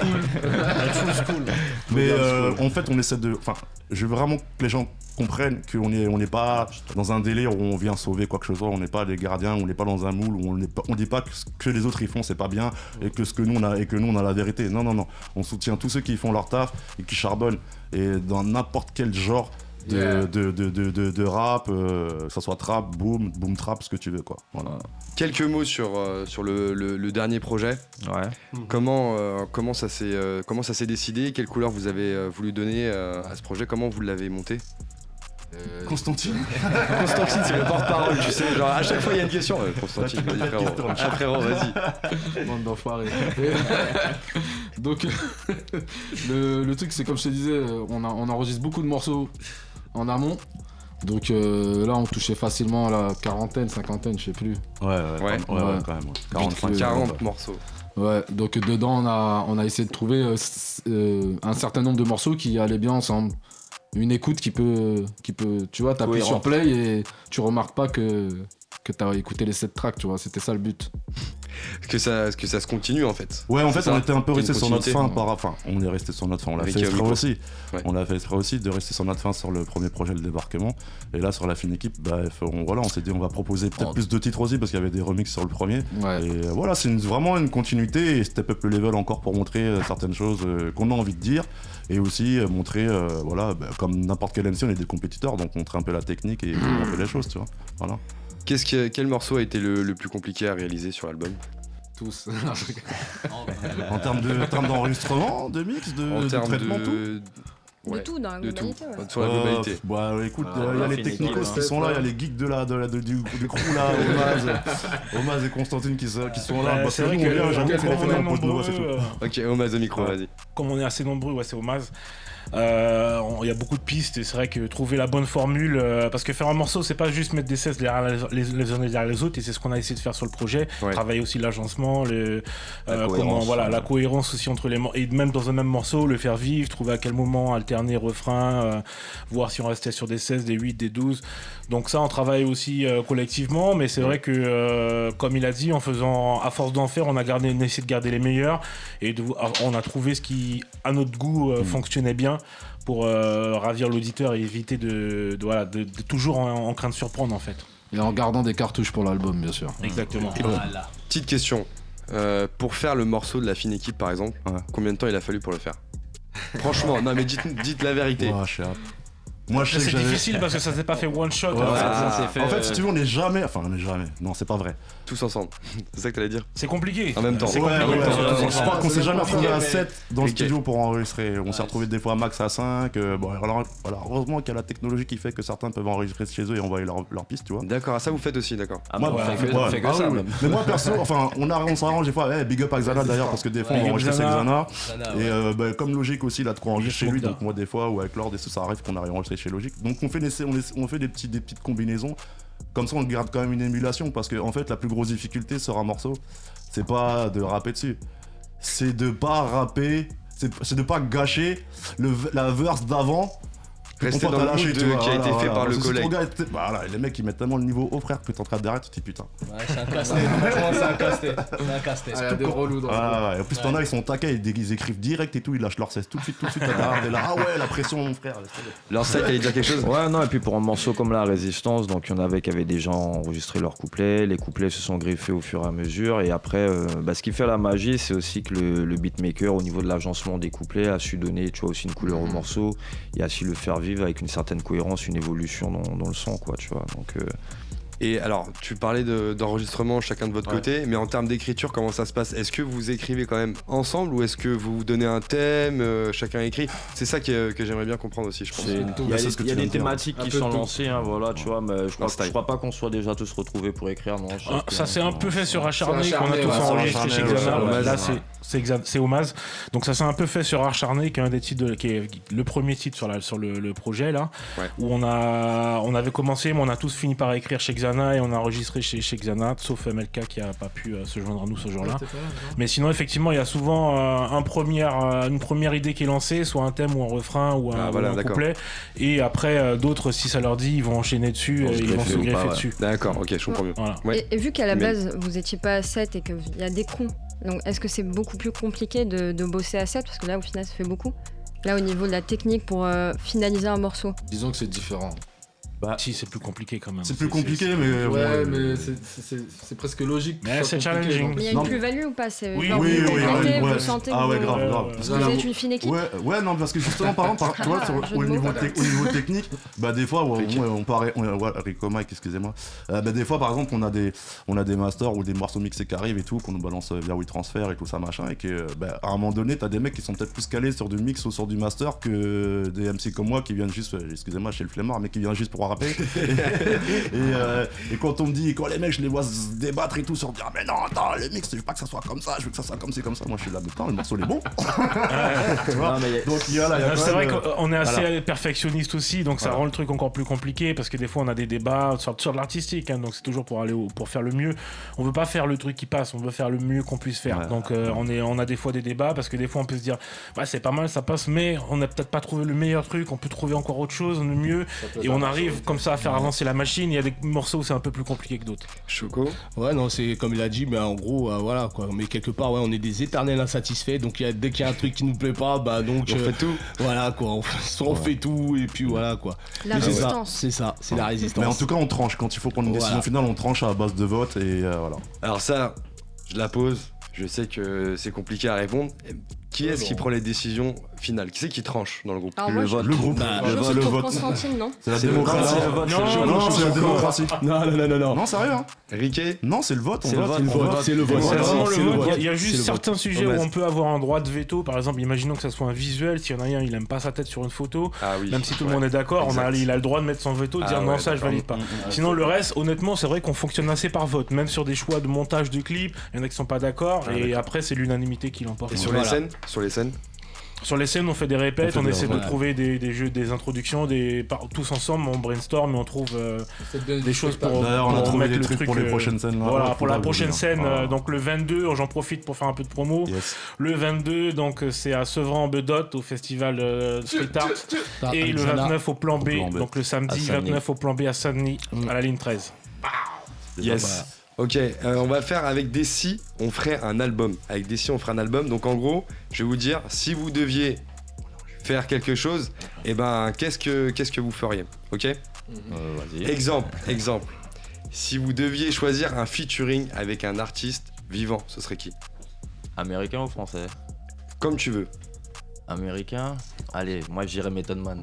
Old school. Mais en fait, on essaie de. Enfin, je veux vraiment que les gens comprennent qu'on n'est pas dans un délire où on vient sauver quoi que ce soit, on n'est pas des gardiens, on n'est pas dans un moule, où on dit pas que ce que les autres ils font c'est pas bien et que ce que nous on a la vérité. Non, on soutient tous ceux qui font leur taf et qui charbonnent et dans n'importe quel genre de rap, que ça soit trap, boom trap, ce que tu veux quoi. Voilà. Quelques mots sur le dernier projet. Ouais. Comment ça s'est décidé? Quelle couleur vous avez voulu donner à ce projet? Comment vous l'avez monté? Constantine, c'est le porte-parole, tu sais. Genre à chaque fois il y a une question. Constantine, vas-y frérot. Frérot, vas-y. Bande d'enfoirés. Donc le truc c'est comme je te disais, on enregistre beaucoup de morceaux en amont. Donc là on touchait facilement la quarantaine, cinquantaine, je sais plus. Ouais, quand même. 40 morceaux. Ouais, donc dedans on a essayé de trouver un certain nombre de morceaux qui allaient bien ensemble. Une écoute qui peut, tu vois, t'appuies sur play et tu remarques pas que t'as écouté les 7 tracks, tu vois, c'était ça le but. Est-ce que ça se continue en fait? Ouais, en fait on était un peu resté sur notre fin, on est resté sur notre fin, on l'a fait exprès aussi. Ouais. On l'a fait exprès aussi de rester sur notre fin sur le premier projet, le débarquement. Et là sur la fine équipe, on s'est dit on va proposer peut-être plus de titres aussi parce qu'il y avait des remixes sur le premier. Ouais. Et voilà, c'est vraiment une continuité et step up le level encore pour montrer certaines choses qu'on a envie de dire. Et aussi montrer, comme n'importe quel MC, on est des compétiteurs, donc montrer un peu la technique et comment on fait les choses, tu vois. Voilà. Quel morceau a été le plus compliqué à réaliser sur l'album? Tous. En termes d'enregistrement, de mix, de traitement, tout. De tout dans la globalité. Sur la globalité. Écoute, il y a les technicos qui sont là, il y a les geeks du crew là, Omaz et Constantine qui sont là. C'est vrai que j'avoue qu'on est nombreux. Ok, Omaz au micro, vas-y. Comme on est assez nombreux, c'est Omaz. Il y a beaucoup de pistes et c'est vrai que trouver la bonne formule, parce que faire un morceau c'est pas juste mettre des 16 derrière les uns derrière les autres, et c'est ce qu'on a essayé de faire sur le projet. Travailler aussi l'agencement, la cohérence aussi entre les morceaux, et même dans un même morceau le faire vivre, trouver à quel moment alterner refrain, voir si on restait sur des 16, des 8, des 12. Donc ça on travaille aussi collectivement, mais c'est vrai que comme il a dit, à force d'en faire, on a essayé de garder les meilleurs et on a trouvé ce qui à notre goût fonctionnait bien pour ravir l'auditeur et éviter de toujours en train de surprendre en fait. Et en gardant des cartouches pour l'album bien sûr. Exactement. Voilà. Petite question, pour faire le morceau de la fine équipe par exemple, combien de temps il a fallu pour le faire? Franchement, non mais dites la vérité. Moi, je sais c'est difficile parce que ça s'est pas fait one shot. En fait, si tu veux, on est jamais. Non, c'est pas vrai. Tous ensemble. C'est ça que t'allais dire? C'est compliqué. En même temps. Je crois qu'on s'est jamais retrouvé à 7 dans le studio pour enregistrer. On s'est retrouvé des fois max à 5. Heureusement qu'il y a la technologie qui fait que certains peuvent enregistrer chez eux et envoyer leur piste, tu vois. D'accord, ça vous faites aussi, d'accord. Moi, on fait que ça. Mais moi, perso, on s'arrange des fois. Big up à Xana d'ailleurs, parce que des fois, on enregistre avec Xana. Et comme Logique aussi, il a de quoi enregistrer chez lui. Donc, moi, des fois, ou avec Lord, ça arrive qu'on arrive à enregistrer chez Logique. Donc on fait des petites combinaisons. Comme ça on garde quand même une émulation, parce que en fait la plus grosse difficulté sur un morceau, c'est pas de rapper dessus, c'est de pas rapper, c'est de pas gâcher la verse d'avant. Rester dans le mood qui a été fait par le collègue. Voilà, les mecs ils mettent tellement le niveau haut, frère, que t'es en train de derrière, tu te dis putain. Ouais, c'est un casse-tête. Franchement, c'est un casse-tête. Il y a des relous dans ça. En plus, t'en as, ils sont taquets, ils écrivent direct et tout, ils lâchent leur 16 tout de suite. T'es là, ah ouais, la pression, mon frère. Leur 7, allait dire quelque chose? Ouais, non, et puis pour un morceau comme La Résistance, donc il y en avait qui avaient déjà enregistré leurs couplets, les couplets se sont griffés au fur et à mesure, et après, ce qui fait la magie, c'est aussi que le beatmaker, au niveau de l'agencement des couplets, a su donner, tu vois, aussi une couleur au morceau, et a su le faire vivre avec une certaine cohérence, une évolution dans le son, quoi, tu vois. Donc, Et alors, tu parlais d'enregistrement chacun de votre côté, mais en termes d'écriture, comment ça se passe? Est-ce que vous écrivez quand même ensemble ou est-ce que vous vous donnez un thème, chacun écrit? C'est ça que j'aimerais bien comprendre aussi, je pense. Il y a des thématiques qui sont lancées, voilà, tu vois, mais je crois pas qu'on soit déjà tous retrouvés pour écrire, non. Ça s'est un peu fait sur Acharné, qu'on a tous enregistré chez Xana. Là, c'est Omaz. Donc ça s'est un peu fait sur Acharné, qui est un des titres qui est le premier titre sur le projet là, où on avait commencé, mais on a tous fini par écrire chez Xana et on a enregistré chez Xana, sauf MLK qui a pas pu se joindre à nous ce jour-là. Mais sinon effectivement il y a souvent une première idée qui est lancée, soit un thème ou un refrain ou un couplet, et après d'autres, si ça leur dit, ils vont enchaîner dessus, ils vont se greffer dessus. D'accord, ok, je comprends mieux. Voilà. Et vu qu'à la base vous étiez pas à 7 et qu'il y a des cons, donc est-ce que c'est beaucoup plus compliqué de bosser à 7 parce que là au final ça fait beaucoup? Là au niveau de la technique pour finaliser un morceau. Disons que c'est différent. Si, c'est plus compliqué quand même. C'est plus compliqué, mais... Ouais, mais c'est presque logique. Mais c'est challenging. Mais il y a une plus-value ou pas? Oui, vous sentez ah ouais, grave. Parce que vous êtes une fine équipe. Ouais, non, parce que justement, par exemple, tu vois, au niveau technique, des fois, on paraît... Rico Mike, excusez-moi. Des fois, par exemple, on a des masters ou des morceaux mixés qui arrivent et tout, qu'on nous balance via WeTransfer et tout ça, machin, et que, à un moment donné, t'as des mecs qui sont peut-être plus calés sur du mix ou sur du master que des MC comme moi qui viennent juste, excusez-moi, chez le flemmard, mais qui viennent juste pour rapper. Et quand on me dit, quand les mecs je les vois se débattre et tout sur dire mais non attends le mix je veux pas que ça soit comme ça, je veux que ça soit comme ci comme ça, moi je suis là putain le morceau il est bon. Tu vois, donc c'est vrai qu'on est assez perfectionniste aussi, donc ça rend le truc encore plus compliqué parce que des fois on a des débats sur de l'artistique, hein, donc c'est toujours pour faire le mieux. On veut pas faire le truc qui passe, on veut faire le mieux qu'on puisse faire. Donc on a des fois des débats parce que des fois on peut se dire c'est pas mal, ça passe, mais on n'a peut-être pas trouvé le meilleur truc, on peut trouver encore autre chose, le mieux, et on arrive comme ça à faire avancer la machine. Il y a des morceaux où c'est un peu plus compliqué que d'autres. Choco. Ouais, non, c'est comme il a dit, en gros, voilà quoi. Mais quelque part, on est des éternels insatisfaits. Donc dès qu'il y a un truc qui nous plaît pas, donc on fait tout. Voilà quoi, on fait tout et puis voilà quoi. La résistance. C'est ça, c'est la résistance. Mais en tout cas, on tranche quand il faut prendre une décision finale, on tranche à base de vote et voilà. Alors ça, je la pose. Je sais que c'est compliqué à répondre. Qui est-ce qui prend les décisions finales? Qui c'est qui tranche dans le groupe? Le vote. Le groupe. Le vote. Constantine, non? C'est la démocratie. Non, c'est la démocratie. Non. Non, sérieux, hein? Riquet? Non, c'est le vote. C'est le vote. Il y a juste certains sujets où on peut avoir un droit de veto. Par exemple, imaginons que ça soit un visuel. S'il y en a un, il aime pas sa tête sur une photo. Même si tout le monde est d'accord, il a le droit de mettre son veto, de dire non, ça je valide pas. Sinon, le reste, honnêtement, c'est vrai qu'on fonctionne assez par vote. Même sur des choix de montage de clips, il y en a qui sont pas d'accord. Et après, c'est l'unanimité qui l'emporte. Et sur les scènes? Sur les scènes, on fait des répètes, on essaie de trouver des jeux, des introductions, tous ensemble, on brainstorm et on trouve des choses pour mettre le truc truc pour les prochaines scènes. Voilà, pour la prochaine scène, donc le 22, j'en profite pour faire un peu de promo. Le 22, donc c'est à Sevran-Bedot au festival Street Art, et le 29 au Plan B, donc le samedi 29 au Plan B à Saint-Denis, à la ligne 13. Yes. Ok, on va faire avec Desi, on ferait un album. Avec Desi, on ferait un album. Donc en gros, je vais vous dire, si vous deviez faire quelque chose, qu'est-ce que vous feriez? Ok. Vas-y. Exemple. Si vous deviez choisir un featuring avec un artiste vivant, ce serait qui? Américain ou français? Comme tu veux. Américain? Allez, moi je dirais Method Man.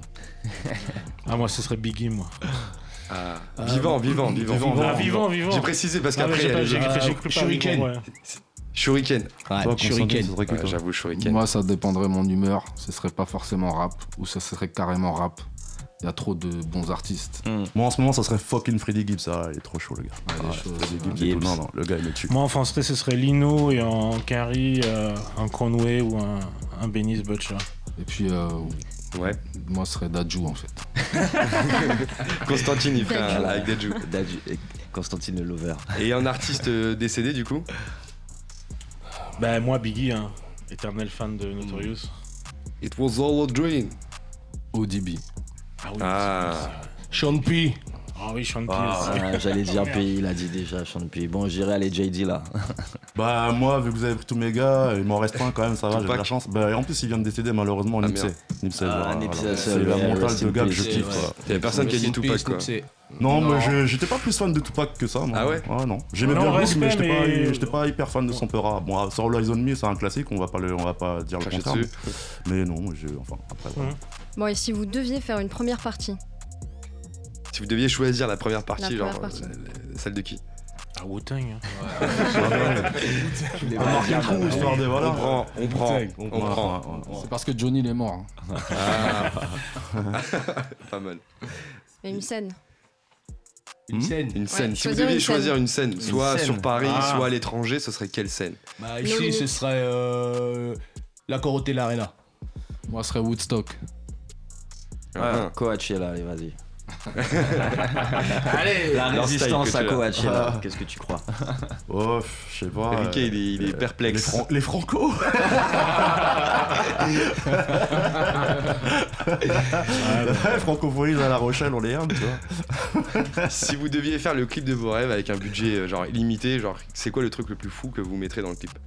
Moi ce serait Biggie, moi. Vivant. Vivant. J'ai précisé parce qu'après j'ai cru Shuriken. Shuriken. Shuriken. J'avoue, Shuriken. Moi, ça dépendrait de mon humeur. Ce serait pas forcément rap ou ça serait carrément rap. Il y a trop de bons artistes. Moi, en ce moment, ça serait fucking Freddie Gibbs. Il est trop chaud, le gars. Freddie Gibbs. Non, le gars, il me tue. Moi, en français, ce serait Lino, et en Carrie, un Conway ou un Benny's Butcher. Et puis, moi, ce serait Dadju, en fait. Constantine, il ferait avec Dadju. Constantine le Lover. Et un artiste décédé, du coup? Moi, Biggie, éternel fan de Notorious. It was all a dream. ODB. Sean P. Ah oui, Sean P. J'allais dire P, il a dit déjà Sean P. Bon, j'irai aller JD là. Moi, vu que vous avez pris tous mes gars, il m'en reste un quand même, ça va, j'ai de la chance. En plus, il vient de décéder malheureusement, Nipsey. Nipsey, c'est la mentale de gars que je kiffe. Il y a personne qui a dit Tupac, quoi. Non, mais j'étais pas plus fan de Tupac que ça, moi. Ah ouais? Non. J'aimais bien le mais j'étais pas hyper fan de son peur rap. Bon, sur All Eyes on Me, c'est un classique, on va pas dire le contraire. Mais non, après. Bon, et si vous deviez faire une première partie? Si vous deviez choisir la première partie, celle de qui? Wu-Tang. On marque un coup, histoire de voilà. On prend. C'est parce que Johnny il est mort. Pas mal. Et une scène? Une scène. Une scène. Si vous deviez choisir une scène, soit sur Paris, soit à l'étranger, ce serait quelle scène? Bah ici, ce serait la Corotel Arena. Moi, ce serait Woodstock. Coachella, allez, vas-y. Allez, la résistance à Coachella, qu'est-ce que tu crois? Oh, je sais pas. Enrique, il est perplexe. Les Franco. Francophonie à La Rochelle, on les aime, tu vois. Si vous deviez faire le clip de vos rêves avec un budget genre illimité, genre c'est quoi le truc le plus fou que vous mettrez dans le clip?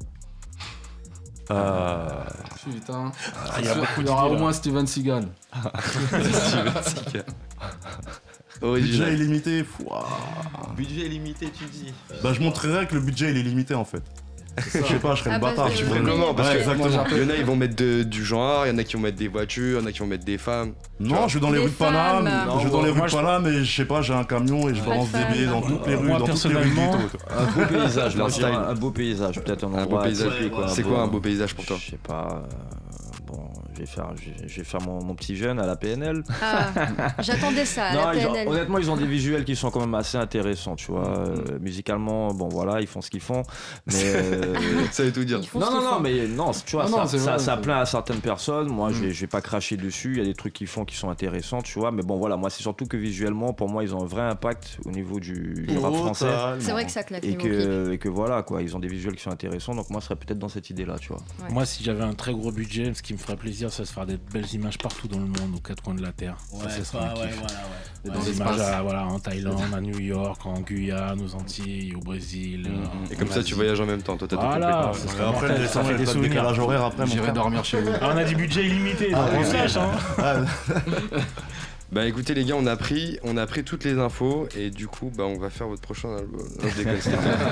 Putain. Il y aura au moins Steven Seagal. Steven Seagal. Budget illimité. Budget illimité, tu dis. Bah je montrerai que le budget il est limité en fait. Je sais pas, je serais le bâtard. Tu ferais comment? Parce que il y en a ils vont mettre du genre, il y en a qui vont mettre des voitures, il y en a qui vont mettre des femmes. Non, je vais dans les rues de Paname, et je sais pas, j'ai un camion et je balance des billets dans toutes les rues, dans toutes les rues. Un beau paysage, un beau paysage, peut-être un beau paysage. C'est quoi un beau paysage pour toi? Je sais pas. Bon, je vais faire mon petit jeune à la PNL. J'attendais ça à la PNL. Honnêtement, ils ont des visuels qui sont quand même assez intéressants, tu vois. Musicalement, bon voilà, ils font ce qu'ils font. Mais ça veut tout dire. Non, mais non, tu vois, ça plaît à certaines personnes. Moi, je vais pas cracher dessus. Il y a des trucs qu'ils font qui sont intéressants, tu vois. Mais bon, voilà, moi, c'est surtout que visuellement, pour moi, ils ont un vrai impact au niveau du rap français. C'est vrai que ça claque. Et que voilà, quoi, ils ont des visuels qui sont intéressants. Donc moi, je serais peut-être dans cette idée-là, tu vois. Ouais. Moi, si j'avais un très gros budget, ce qui me ferait plaisir, c'est de faire des belles images partout dans le monde, aux quatre coins de la terre. Ouais, ça, des images en Thaïlande, à New York, en Guyane, aux Antilles, au Brésil. Et comme ça, tu voyages en même temps. Toi, t'as tout compris. Après, ça fait des souvenirs. Après, j'irai dormir chez vous. On a du budget illimité, donc on sache. Bah écoutez les gars, on a pris toutes les infos et du coup on va faire votre prochain album. Non, je déconne.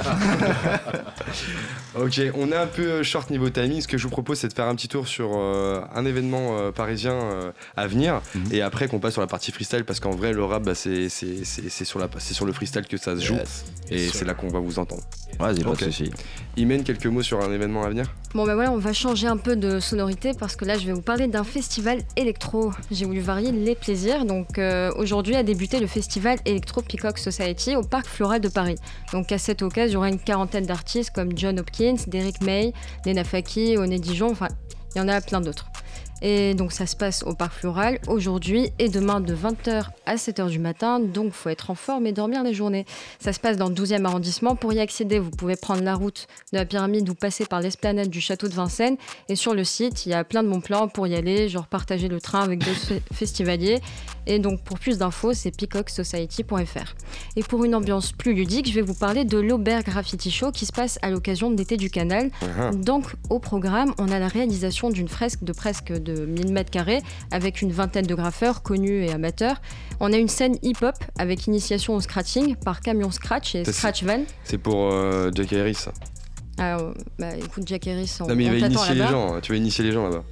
Ok, on est un peu short niveau timing. Ce que je vous propose, c'est de faire un petit tour sur un événement parisien à venir et après qu'on passe sur la partie freestyle parce qu'en vrai le rap c'est sur le freestyle que ça se joue et c'est là qu'on va vous entendre. Vas-y, pas de soucis. Imen, quelques mots sur un événement à venir? Bon bah voilà, on va changer un peu de sonorité parce que là je vais vous parler d'un festival électro. J'ai voulu varier les plaisirs. Donc aujourd'hui a débuté le festival Electro Peacock Society au Parc Floral de Paris. Donc à cette occasion, il y aura une quarantaine d'artistes comme John Hopkins, Derrick May, Lena Faki, Oné Dijon, enfin il y en a plein d'autres. Et donc ça se passe au Parc Floral aujourd'hui et demain de 20h à 7h du matin. Donc faut être en forme et dormir les journées. Ça se passe dans le 12e arrondissement. Pour y accéder, vous pouvez prendre la route de la Pyramide ou passer par l'esplanade du château de Vincennes. Et sur le site, il y a plein de bons plans pour y aller, genre partager le train avec d'autres festivaliers. Et donc pour plus d'infos, c'est peacocksociety.fr. Et pour une ambiance plus ludique, je vais vous parler de l'Aubert Graffiti Show qui se passe à l'occasion de l'été du Canal. Donc au programme, on a la réalisation d'une fresque de presque de 1000 m² avec une vingtaine de graffeurs connus et amateurs. On a une scène hip-hop avec initiation au scratching par Camion Scratch et Scratch Van. C'est pour Jack Harris ça. Alors, écoute, Jack Harris, non mais il va initier les gens, tu vas initier les gens là-bas.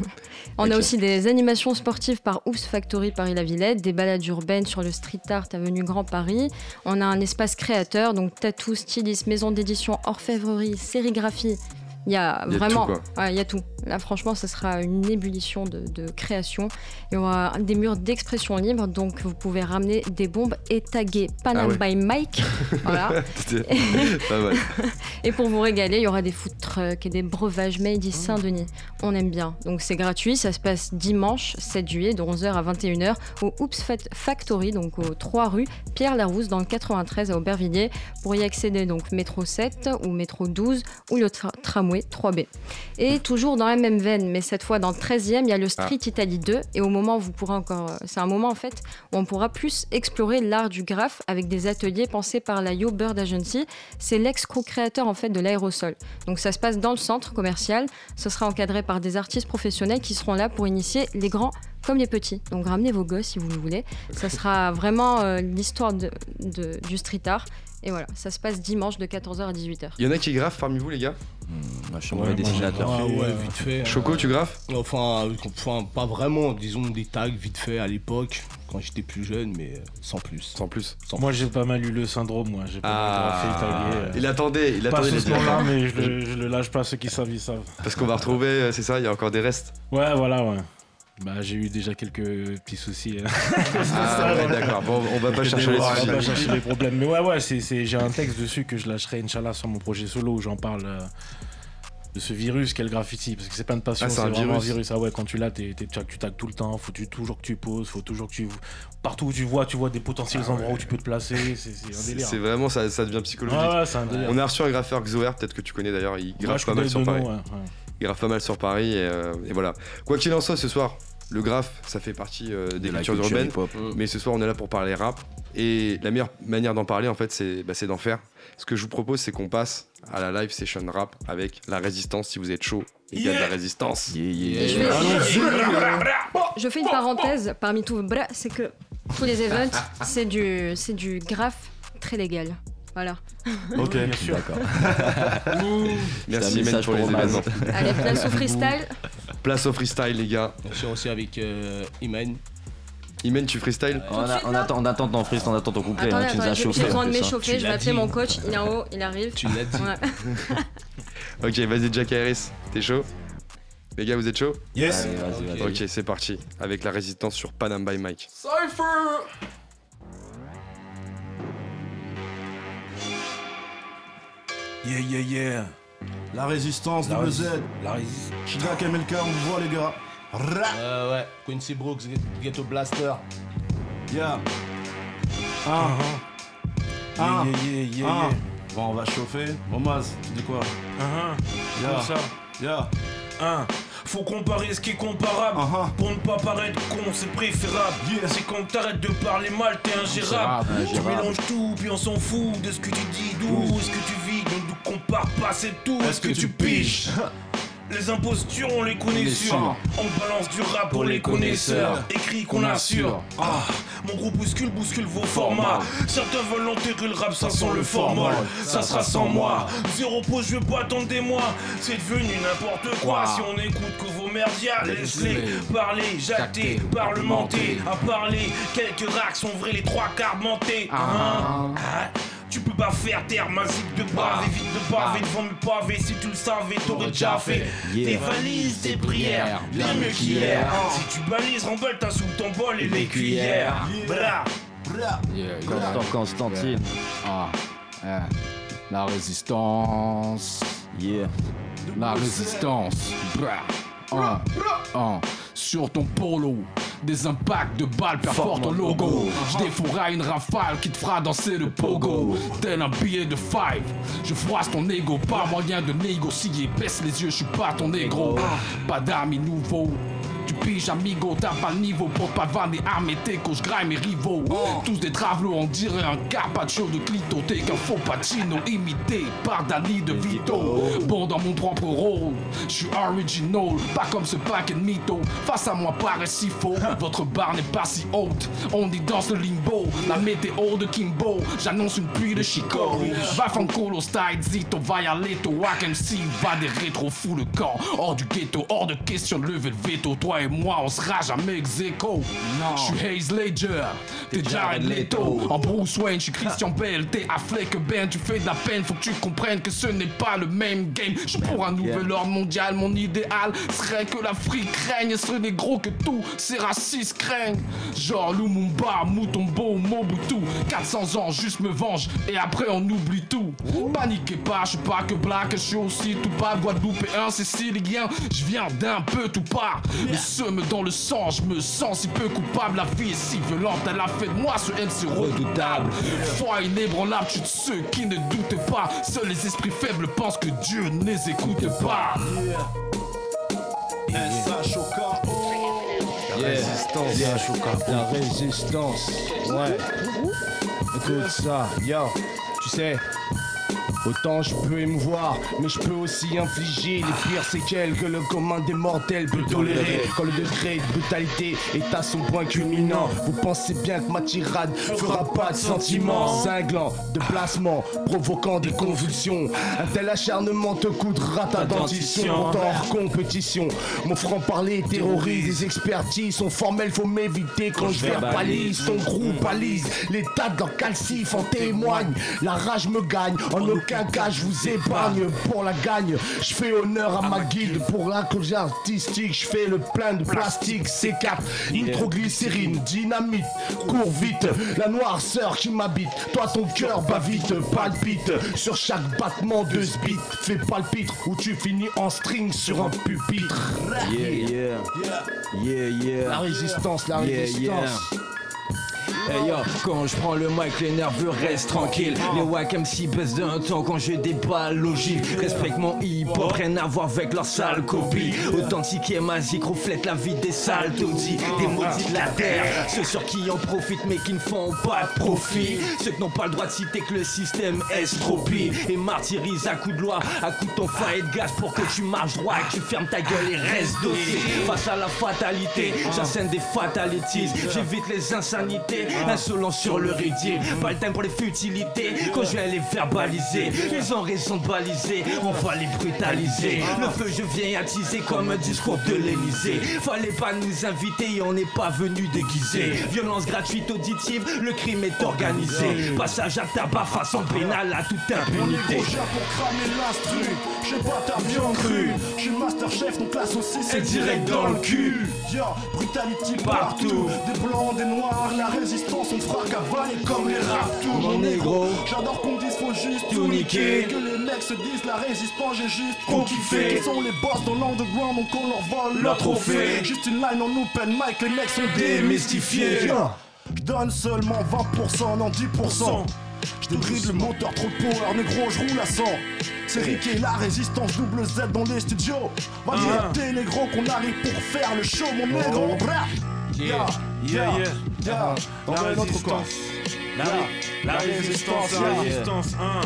On a aussi des animations sportives par Oops Factory Paris-la-Villette, des balades urbaines sur le street art avenue Grand Paris. On a un espace créateur, donc tatou, stylisme, maison d'édition, orfèvrerie, sérigraphie. Il y a vraiment, il y a tout. Là, franchement, ce sera une ébullition de création. Il y aura des murs d'expression libre, donc vous pouvez ramener des bombes et taguer Panam by Mike. Voilà. Pas mal. Et pour vous régaler, il y aura des food trucks et des breuvages made in Saint-Denis. On aime bien. Donc c'est gratuit, ça se passe dimanche 7 juillet de 11h à 21h au Oops Factory, donc aux 3 rue Pierre Larousse dans le 93 à Aubervilliers. Pour y accéder, donc métro 7 ou métro 12 ou le tramway 3B. Et toujours dans la même veine, mais cette fois dans le 13e, il y a le Street Italy 2 et au moment où vous pourrez encore... C'est un moment en fait où on pourra plus explorer l'art du graphe avec des ateliers pensés par la Yo Bird Agency. C'est l'ex-co-créateur en fait de l'aérosol. Donc ça se passe dans le centre commercial. Ce sera encadré par des artistes professionnels qui seront là pour initier les grands comme les petits. Donc ramenez vos gosses si vous le voulez. Ça sera vraiment l'histoire du street art. Et voilà, ça se passe dimanche de 14h à 18h. Il y en a qui graffent parmi vous les gars? Je suis mauvais dessinateur. Ouais, vite fait. Choco, tu graffes? Enfin, pas vraiment, disons des tags vite fait à l'époque, quand j'étais plus jeune, mais sans plus. Moi j'ai pas mal eu le syndrome, moi. J'ai pas mal graffé, tagué. Il attendait pas ce moment-là, mais je le lâche pas, ceux qui savent, ils savent. Parce qu'on va retrouver, c'est ça, il y a encore des restes. Ouais, voilà, ouais. Bah, j'ai eu déjà quelques petits soucis. Ah ouais, d'accord. Bon, on va pas chercher les soucis. On va pas chercher les problèmes. Mais ouais, j'ai un texte dessus que je lâcherai, Inch'Allah, sur mon projet solo où j'en parle de ce virus qu'est le graffiti. Parce que c'est pas une passion, c'est vraiment un virus. Ah ouais, quand tu l'as, tu tagues tout le temps. Faut toujours que tu poses, faut toujours que tu... Partout où tu vois des potentiels endroits où tu peux te placer. C'est un délire. C'est vraiment, ça devient psychologique. Ouais, c'est un délire. On a reçu un graffeur Xoer, peut-être que tu connais d'ailleurs. Il graffe pas mal sur Paris. Il graffe pas mal sur Paris et voilà. Quoi qu'il en soit, ce soir, le graphe, ça fait partie des cultures urbaines. Mais ce soir, on est là pour parler rap. Et la meilleure manière d'en parler, en fait, c'est d'en faire. Ce que je vous propose, c'est qu'on passe à la live session rap avec La Résistance, si vous êtes chaud. Les gars de La Résistance. Je fais une parenthèse parmi tout. C'est que tous les events, c'est du graphe très légal. Voilà. Ok, bien sûr. D'accord. Merci Imen pour les événements. Allez, place au freestyle. Place au freestyle, les gars. Je suis aussi avec Imen. Imen, tu freestyle? On attend ton freestyle, on attend ton couplet. Attendez, j'ai besoin de m'échauffer. Je vais appeler mon coach. Il est en haut, il arrive. Tu l'as dit. Ouais. Ok, vas-y, Jack Harris. T'es chaud? Les gars, vous êtes chaud? Yes. Allez, vas-y. Ok, c'est parti. Avec La Résistance sur Panam by Mike. Cypher. Yeah. La Résistance, double Z. La Résistance. Chidrak MLK, on vous voit les gars. Ouais. Quincy Brooks, Ghetto Blaster. Yeah. Yeah. Bon, on va chauffer. Bon, Maz, tu dis quoi? Comme ça. Yeah. Faut comparer ce qui est comparable. Pour ne pas paraître con, c'est préférable. C'est quand t'arrêtes de parler mal, t'es ingérable. Tu mélanges tout, puis on s'en fout de ce que tu dis, d'où est-ce que tu vis. Donc ne compare pas, c'est tout. Est-ce que tu piches? Les impostures, on les connaît sûrs. On balance du rap pour les connaisseurs. Écrit qu'on assure. Mon groupe bouscule vos formats. Certains veulent enterrer le rap, ça sent le formol. Ça sera sans moi. Zéro pause, je veux pas attendre des mois. C'est devenu n'importe quoi. Si on écoute que vos merdias, laisse-les parler, jacter, parlementer. À parler, quelques racks sont vrais, les trois quarts mentés. Tu peux pas faire terre magique de brave, évite de baver devant mes pavés. Si tu le savais, t'aurais déjà fait tes valises, tes prières, bien mieux qu'hier. Si tu balises, remballe ta soupe, ton bol et les cuillères. Constantine. La Résistance. La Résistance. Sur ton polo, des impacts de balles perforent ton logo. Je défourrai une rafale qui te fera danser le pogo. Tel un billet de 5, je froisse ton ego. Pas moyen de négocier, baisse les yeux, je suis pas ton négro. Pas d'amis nouveaux. Tu piges amigo, t'as pas le niveau pour pas vanner armer tes je graille mes rivaux. Tous des travelots, on dirait un carpaccio de clito. T'es qu'un faux Pacino imité par Danny de Vito. Bon dans mon propre rôle, je suis original, pas comme ce paquet de mythos. Face à moi paraît si faux, votre barre n'est pas si haute. On y danse le limbo, la météo de Kimbo. J'annonce une pluie de Chico. Va Fancolo style, Zito, Vaialeto, Wack MC, va des rétros, fous le camp. Hors du ghetto, hors de question de lever le veto. Toi et moi on sera jamais ex-aequo. Je suis Heath Ledger, t'es Jared Leto. En Bruce Wayne, je suis Christian Bale, t'es Affleck Ben. Tu fais de la peine, faut que tu comprennes que ce n'est pas le même game. Je pour un nouvel ordre mondial, mon idéal serait que l'Afrique règne. Serait des gros que tout, ces racistes craignent. Genre Lumumba, Mutombo, Mobutu. 400 ans, juste me venge et après on oublie tout. Paniquez pas, je suis pas que black, je suis aussi tout pas Guadeloupéen, sicilien. Je viens d'un peu tout part. Le seum dans le sang, je me sens si peu coupable. La vie est si violente, elle a fait de moi ce MC redoutable. Foi inébranlable, tu de ceux qui ne doutent pas. Seuls les esprits faibles pensent que Dieu ne les écoute pas. La résistance. Ouais. Écoute ça, yo. Tu sais. Autant je peux émouvoir, mais je peux aussi infliger les pires séquelles que le commun des mortels peut tolérer. Quand le degré de brutalité est à son point culminant, vous pensez bien que ma tirade fera pas de sentiment cinglant, de placement, provoquant des convulsions. Un tel acharnement te coûtera ta dentition. Hors compétition, mon franc-parler terrorise. Les expertises sont formelles, faut m'éviter quand je verbalise. Ton groupe balise, l'état de leur calcif en témoigne. La rage me gagne en aucun quinca, je vous épargne pour la gagne. Je fais honneur à ma guilde pour l'inclusion artistique. Je fais le plein de plastique, C4, nitroglycérine, dynamite. Cours vite, la noirceur qui m'habite. Toi ton cœur bat vite, palpite. Sur chaque battement de ce beat, fais palpitre ou tu finis en string sur un pupitre. La résistance, la résistance. Hey yo, quand je prends le mic, les nerveux restent tranquilles. Les wack MC baissent d'un temps quand je déballe logique. Respecte mon hip-hop, rien à voir avec leur sale copie. Authentique et magique reflète la vie des sales taudis. Des maudits de la terre, ceux sur qui en profitent mais qui ne font pas de profit. Ceux qui n'ont pas le droit de citer que le système estropie et martyrise à coups de loi, à coups de ton fire et de gaz pour que tu marches droit et que tu fermes ta gueule et restes dossier. Face à la fatalité, j'assène des fatalities. J'évite les insanités. Insolent sur le ridicule, pas le temps pour les futilités. Quand je viens les verbaliser, ils ont raison de baliser, on va les brutaliser. Le feu je viens attiser comme un discours de l'Elysée. Fallait pas nous inviter, on n'est pas venu déguiser. Violence gratuite auditive, le crime est organisé. Passage à tabac façon pénale à toute impunité. On est pour cramer l'instru, j'ai pas ta viande crue. J'suis Masterchef, donc la saucisse c'est direct dans le cul. Yo, brutalité partout, des blancs, des noirs, la résistance on fera cavaler comme les raptous. Mon négro, j'adore qu'on dise faut juste tout niquer. Que les mecs se disent la résistance j'ai juste trop kiffé. Ils sont les boss dans l'underground donc on leur vole leur trophée. Juste une line en open mic, les mecs sont démystifiés. J'donne seulement 20%, non 10%. J'débride le moteur, trop de power, négro j'roule à 100. C'est Ricky, la résistance double Z dans les studios. Va dire t'es négro qu'on arrive pour faire le show mon négro. La résistance. La résistance, la résistance.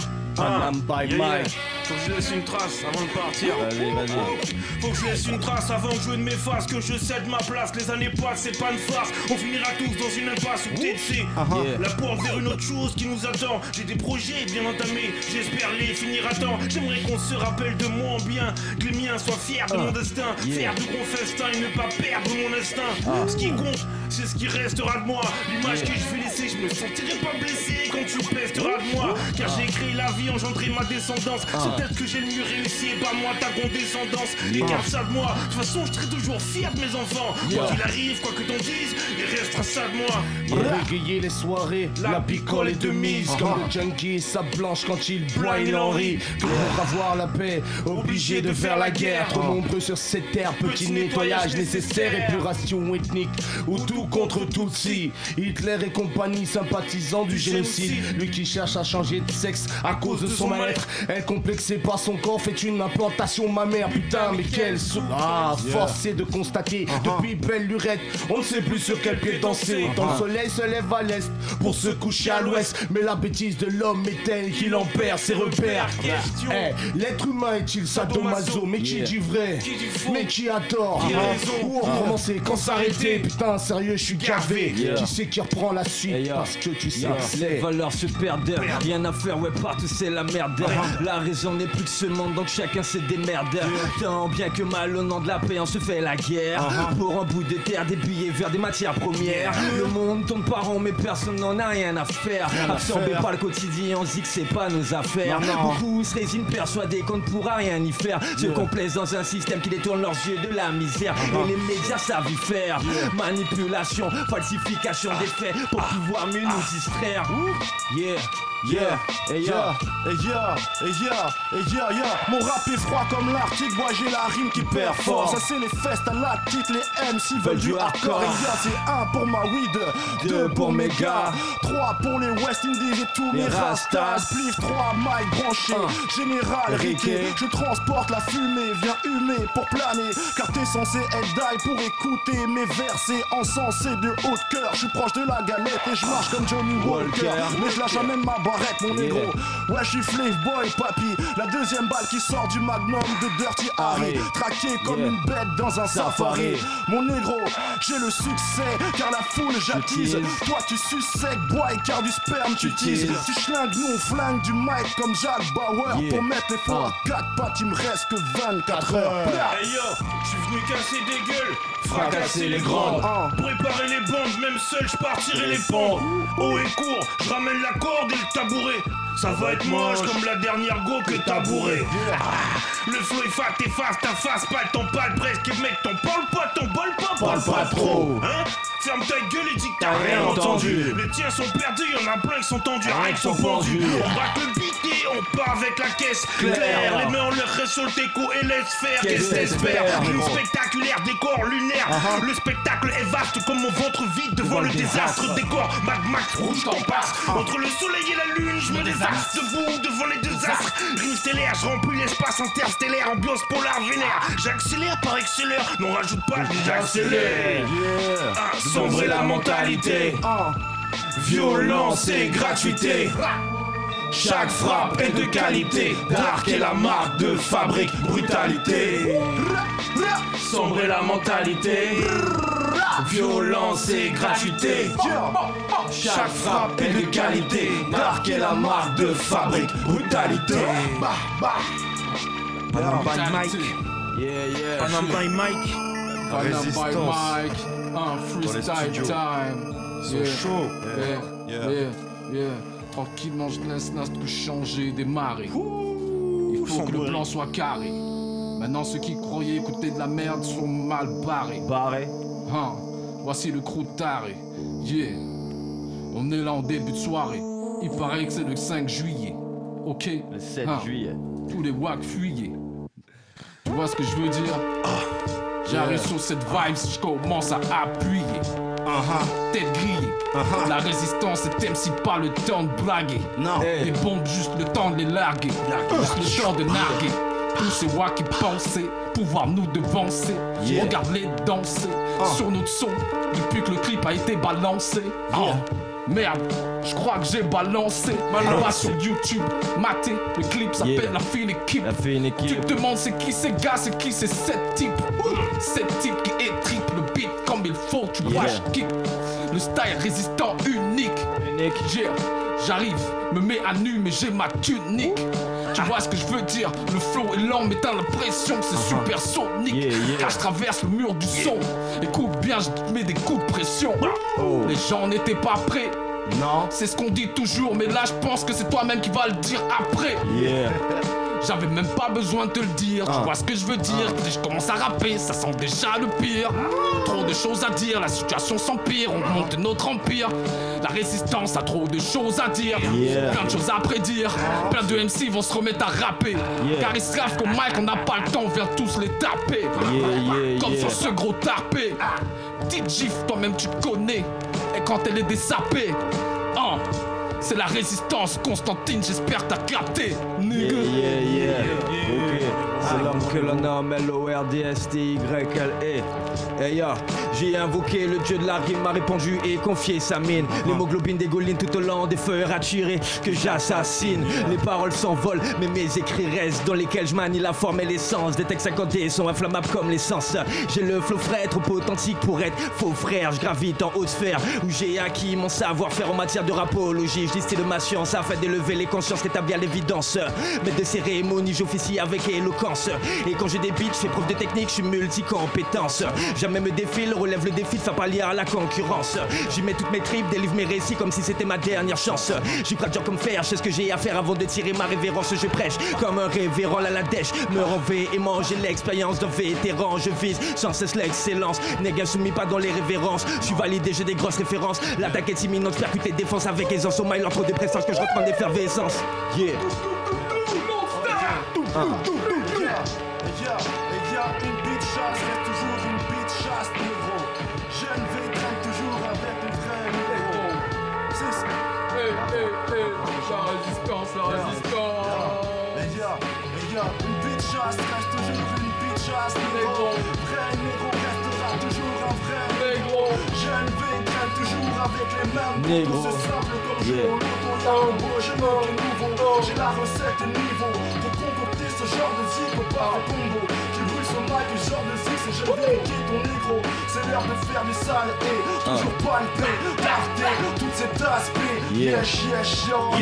Panam by Mike. Faut que je laisse une trace avant de partir. Allez, vas-y. Faut que je laisse une trace avant que je ne m'efface. Que je cède ma place. Les années passent, c'est pas une farce. On finira tous dans une impasse ou TC. La porte vers une autre chose qui nous attend. J'ai des projets bien entamés. J'espère les finir à temps. J'aimerais qu'on se rappelle de moi en bien. Que les miens soient fiers de mon destin. Faire de gros festins et ne pas perdre mon instinct. Ce qui compte, c'est ce qui restera de moi. L'image que je vais laisser, je me sentirai pas blessé quand tu pesteras de moi. Car j'ai créé la vie, engendré ma descendance. C'est peut-être que j'ai le mieux réussi et pas moi ta condescendance. Et garde ça de moi. De toute façon, je serai toujours fier de mes enfants. Quoi qu'il arrive, quoi que t'en dises, il restera ça de moi. Régayer les soirées, la picole est de mise. Comme le junkie et sa blanche quand il boit, il en rit. Que pour avoir la paix, obligé de faire la guerre. Trop nombreux sur cette terre, petit nettoyage nécessaire. Épuration ethnique ou tout contre Tutsi. Hitler et compagnie, sympathisant du génocide. Lui qui cherche à changer de sexe à cause de son mal-être. Elle complexée par son corps fait une implantation mammaire. Putain mais quelle force est de constater depuis belle lurette on ne sait plus sur quel pied danser. Quand le soleil se lève à l'est pour se coucher à l'ouest. Mais la bêtise de l'homme est telle qu'il en perd ses repères. L'être humain est-il sadomaso? Mais qui dit vrai? Mais qui a tort? Où recommencer? Quand s'arrêter? Putain sérieux je suis gavé. Qui c'est qui reprend la suite? Parce que tu sais les valeurs se perdent. Rien à faire, ouais partout c'est la merde. La raison n'est plus que ce monde donc chacun se démerde. Tant bien que mal au nom de la paix on se fait la guerre. Pour un bout de terre, des billets vers des matières premières. Le monde tourne par rond mais personne n'en a rien à faire. Absorbé par le quotidien on dit que c'est pas nos affaires. Beaucoup se résignent persuadés qu'on ne pourra rien y faire. Se complaisent dans un système qui détourne leurs yeux de la misère. Et les médias savent y faire. Manipulation, falsification des faits pour pouvoir mieux nous distraire. Mon rap est froid comme l'Arctique, moi j'ai la rime qui performe. Ça c'est les festes à la petite, les MC veulent du hardcore. C'est 1 pour ma weed, 2 pour mes gars, 3 pour les West Indies et tous mes rastas. Spliff 3 mic branché, général Ricky. Je transporte la fumée, viens humer pour planer. Car t'es censé être die pour écouter mes versets encensés de haut de cœur. Je suis proche de la galette et je marche comme Johnny Walker. Mais je lâche même ma barrette mon négro. Ouais je suis Flav Boy papi, La deuxième balle qui sort du magnum de Dirty Harry. Traqué comme une bête dans un safari. Mon négro, j'ai le succès car la foule j'attise. Toi tu suces sec, bois et car du sperme tu teases. Tu schlingues, nous on flingue du mic comme Jack Bauer. Pour mettre les fois à 4 pattes, il me reste que 24 heures. Hey yo, je suis venu casser des gueules, fracasser les grandes, préparer les bandes, même seul je partirai les pentes. Haut et court, je ramène la corde et le tabouret. Ça va être moche comme la dernière go que t'as bourré. Le flow est fat, t'es face, ta face, pas ton pal presque. Et mec, t'en parles pas, t'en balles pas, parle pas trop. Hein? Ferme ta gueule et dis que t'as rien entendu. Les tiens sont perdus, y'en a plein qui sont tendus, rien qui sont pendus. On braque le beat et on part avec la caisse claire. Les mains en leur reste sur le déco et laisse faire. Qu'est-ce que t'espères? Une spectaculaire, décor lunaire. Le spectacle est vaste comme mon ventre vide devant le désastre. Décor, Mad Max, rouge t'en passe. Entre le soleil et la lune, je me désastre. Debout devant les deux astres. Rime stellaire, je remplis l'espace interstellaire. Ambiance polar vénère. J'accélère par accélère. Non, rajoute pas, j'accélère. Sombrer la mentalité. Violence et gratuité. Chaque frappe est de qualité. Dark est la marque de fabrique. Brutalité. Sombrer la mentalité. Violence et gratuité. Chaque frappe est de qualité. Dark est la marque de fabrique. Brutalité. Panam by Mike. Panam by Mike. Résistance. Un freestyle time. C'est chaud. Yeah. Tranquillement, je laisse tout changer, démarrer. Il faut que le plan soit carré. Maintenant, ceux qui croyaient écouter de la merde sont mal barrés. Voici le crew taré. Yeah. On est là en début de soirée. Il paraît que c'est le 5 juillet. Ok. Le 7 juillet. Tous les wack fuyaient. Tu vois ce que je veux dire? J'arrive sur cette vibe, je commence à appuyer. Tête grillée. La résistance est MC, pas le temps de blaguer. Les bombes, juste le temps de les larguer. Juste le temps de narguer. Tous ces wack qui pensaient pouvoir nous devancer. Regarde-les danser sur notre son depuis que le clip a été balancé. Merde, je crois que j'ai balancé. Va sur YouTube, maté, le clip s'appelle La Fine Équipe. Tu te demandes c'est qui ces gars, c'est qui c'est cette type. Cette type qui étripe le beat comme il faut, tu vois, je kick. Le style résistant unique. J'arrive, me mets à nu mais j'ai ma tunique. Tu vois ce que je veux dire? Le flow est lent mais t'as l'impression que c'est super sonique. Car je traverse le mur du son. Écoute bien, je mets des coups de pression. Les gens n'étaient pas prêts. Non, c'est ce qu'on dit toujours, mais là je pense que c'est toi-même qui vas le dire après. J'avais même pas besoin de te le dire, tu vois ce que je veux dire. Dès que je commence à rapper, ça sent déjà le pire. Trop de choses à dire, la situation s'empire, on monte notre empire. La résistance a trop de choses à dire, plein de choses à prédire. Plein de MC vont se remettre à rapper, car ils savent qu'au mic on n'a pas le temps, on vient tous les taper. Comme sur ce gros tarpé. Petite gifle, toi-même tu connais, et quand elle est désapée, c'est la résistance, Constantine, j'espère t'as capté. Nigga. C'est l'homme que l'on nomme L-O-R-D-S-T-Y-L-E. Hey ya, j'ai invoqué le dieu de la rime, m'a répondu et confié sa mine. L'hémoglobine dégouline tout au long des feux attirés que j'assassine. Les paroles s'envolent, mais mes écrits restent dans lesquels je manie la forme et l'essence. Des textes à côté sont inflammables comme l'essence. J'ai le flow frais, trop authentique pour être faux frère. Je gravite en haute sphère où j'ai acquis mon savoir-faire en matière de rapologie. Je distille de ma science afin d'élever les consciences, rétablir l'évidence. Mais de cérémonies, j'officie avec éloquence. Et quand j'ai des beats, je fais preuve de technique, je suis multi-compétence. Jamais me défile, relève le défi de faire pallier à la concurrence. J'y mets toutes mes tripes, délivre mes récits comme si c'était ma dernière chance. J'y pratique comme fer, je sais ce que j'ai à faire avant de tirer ma révérence. Je prêche comme un révérend à la dèche. Me renver et manger l'expérience d'un vétéran. Je vise sans cesse l'excellence. N'est soumis pas dans les révérences. Je suis validé, j'ai des grosses références. L'attaque est imminente, je percute les défenses avec aisance. Au mail entre des prestations que je reprends d'effervescence. Yeah. Une bitch chasse, reste toujours une bitch chasse, négro. Jeune V traîne toujours avec le vrai négro. C'est ça. La résistance. Les gars, une bitch chasse, reste toujours une bitch chasse, négro. Vrai négro restera toujours un vrai négro. Jeune vétéran, toujours avec les mêmes négro. C'est simple comme jouer au loto, y'a un beau jeu nouveau. J'ai la recette niveau pour concocter ce genre de zico par combo. Qui brûle son mic, le genre de zik, c'est je vais qui ton négro. C'est l'heure de faire du sale et toujours palpé, tarté, tout cet aspect. Yes, yo.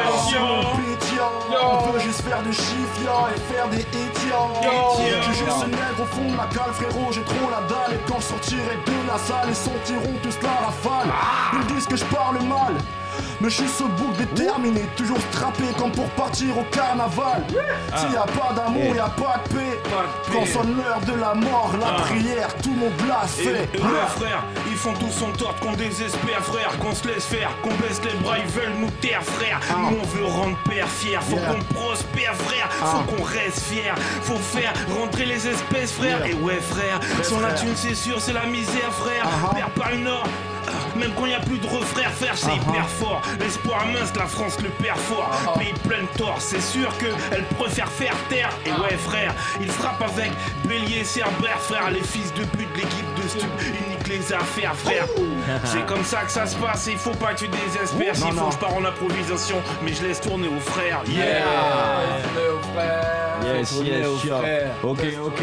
On peut juste faire du chiffre, et faire des hits, J'ai juste ce nègre au fond de la cale, frérot, j'ai trop la dalle. Et quand je sortirai de la salle, ils sentiront tous la rafale. Ils disent que je parle mal, mais je suis ce bouc déterminé, toujours strappé comme pour partir au carnaval. S'il y a pas d'amour, y a pas de paix. Quand sonne l'heure de la mort, la prière, tout le monde l'a fait. Ouais frère, ils font tous en tort, qu'on désespère frère, qu'on se laisse faire, qu'on baisse les bras, ils veulent nous taire frère. Nous on veut rendre père fier, faut qu'on prospère frère, faut qu'on reste fier, faut faire rentrer les espèces frère. Et ouais frère, sans la thune c'est sûr c'est la misère frère, perd pas le nord. Même quand y a plus de refrères, frère, c'est hyper fort. L'espoir mince, la France le perd fort. Pays plein de tort, c'est sûr qu'elle préfère faire taire. Et ouais, frère, il frappe avec Bélier, Cerbère, frère. Les fils de pute, l'équipe de stup, ils niquent les affaires, frère. C'est comme ça que ça se passe et il faut pas que tu désespères. S'il faut que je pars en improvisation, mais je laisse tourner aux frères. Yes, ok.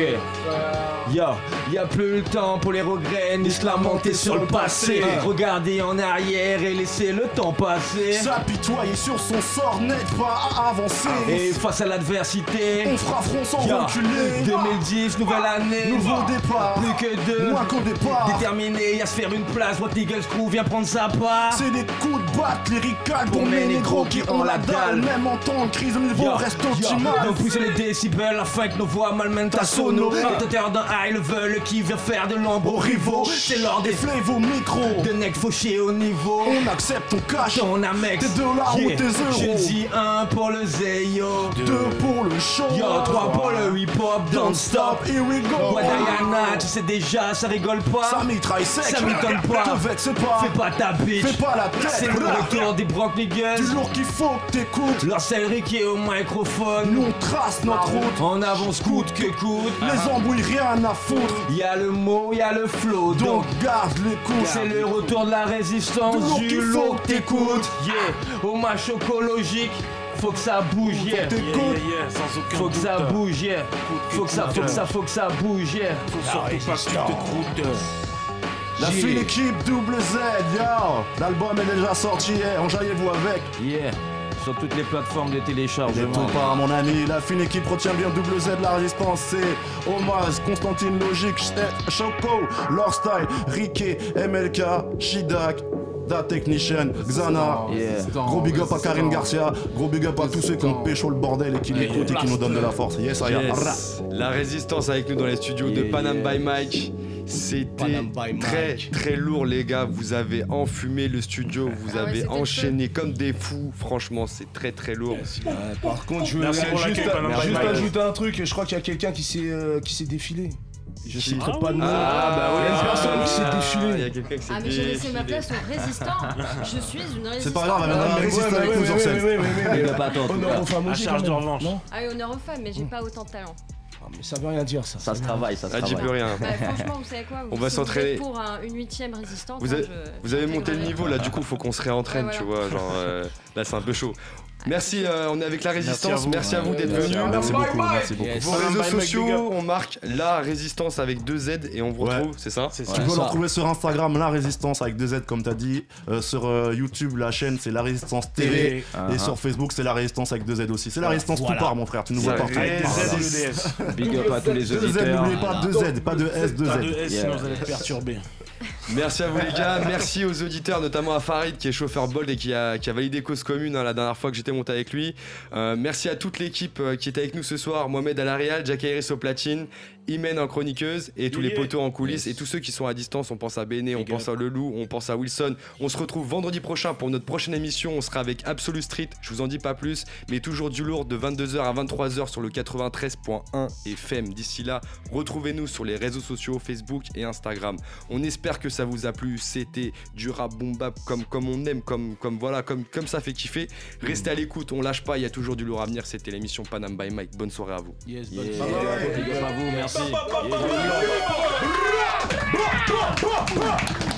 Y'a plus le temps pour les regrets, ni se lamenter sur le passé. Regardez en arrière et laissez le temps passer. S'apitoyer sur son sort n'aide pas à avancer. Et face à l'adversité, on fera front sans reculer. 2010, nouvelle année, nouveau départ. Plus que deux, moins qu'au départ. Déterminé à se faire une place, What Eagles Crew vient prendre sa part. C'est des coups de batte lyricales pour mes négros qui ont la dalle. Même en temps de crise, le niveau reste optimal. Donc poussez les décibels afin que nos voix malmènent ta sono. Détenteur d'un high level qui vient faire de l'ombre aux rivaux. C'est l'heure des vos micros. De nec fauché au niveau. On accepte ton cash, ton amex, tes dollars ou tes euros. Je dis 1 pour le Zeyo, 2 pour le show, 3 pour le hip hop. Don't stop, here we go. Diana, tu sais déjà, ça rigole pas. Ça mitraille sec, ça m'étonne pas. Te vexe pas, fais pas ta bitch, fais pas la tête. C'est le retour des Brock Niggas. Du jour qu'il faut que t'écoutes. Leur céleri qui est au microphone. Nous on trace notre route. En avance coûte que coûte. Les embrouilles rien à foutre. Y'a le mot, y'a le flow. Donc garde l'écoute. C'est le retour de la résistance. Du lot que t'écoutes. Hommage chocologique. Faut que ça bouge, faut que ça bouge, faut que ça bouge, faut surtout pas que tu te croûtes. La fine équipe double Z, l'album est déjà sorti, enjaillez-vous avec. Sur toutes les plateformes de téléchargement. Tout part mon ami, la fine équipe retient bien double Z, la résistance, c'est Hommage, Constantine Logique, Choco, Lord Style, Riké, MLK, Shidak, Da Technician, Xana, gros big up à Karine Garcia, gros big up à tous ceux qui ont pécho le bordel et qui l'écoutent et qui nous donnent de la force. La résistance avec nous dans les studios de Panam by Mike. C'était très lourd les gars, vous avez enfumé le studio, vous avez enchaîné comme des fous, franchement c'est très lourd. Par contre je veux juste ajouter un truc, je crois qu'il y a quelqu'un qui s'est défilé. Je citerai pas de nom. Il y a une personne qui s'est défilée. Il y a quelqu'un qui s'est défilé. Mais j'ai laissé ma place aux résistants. Je suis une résistante. C'est pas grave, elle viendra me résister avec nous sur scène. Honneur aux femmes aussi. À charge de revanche. Ah oui, honneur aux femmes, mais j'ai pas autant de talent. Mais ça veut rien dire ça. Ça se travaille, ça se travaille. dis plus rien. Franchement, vous savez quoi, on va s'entraîner pour une 8ème résistante. Vous avez monté le niveau là, du coup faut qu'on se réentraîne, tu vois, genre là c'est un peu chaud. Merci, on est avec la résistance, merci à vous d'être venus. Merci beaucoup. Vos réseaux sociaux, on marque la résistance avec 2 Z et on vous retrouve, c'est ça? Tu peux le retrouver sur Instagram, la résistance avec 2 Z comme t'as dit. Sur YouTube, la chaîne c'est la résistance TV. Et sur Facebook, c'est la résistance avec 2 Z aussi. C'est la résistance tout part, mon frère, tu nous vois partout. Big up à tous les auditeurs. 2 Z, n'oubliez pas 2 Z, pas de S, 2 Z. Pas de S, sinon vous allez être perturbé. Merci à vous les gars, merci aux auditeurs, notamment à Farid qui est chauffeur Bolt et qui a validé Cause Commune la dernière fois que j'étais monté avec lui. Merci à toute l'équipe qui était avec nous ce soir, Mohamed à la Réal, Jack Iris au platine, Imen en chroniqueuse et tous les poteaux en coulisses et tous ceux qui sont à distance. On pense à Béné, on pense à Lelou, on pense à Wilson. On se retrouve vendredi prochain pour notre prochaine émission. On sera avec Absolute Street, je vous en dis pas plus, mais toujours du lourd de 22h à 23h sur le 93.1 FM. D'ici là, retrouvez-nous sur les réseaux sociaux Facebook et Instagram. On espère que ça vous a plu. C'était du rap boom bap comme on aime, comme ça fait kiffer. Restez à l'écoute, on lâche pas, il y a toujours du lourd à venir. C'était l'émission Panam by Mike. Bonne soirée à vous. Yes, bonne soirée à vous, merci.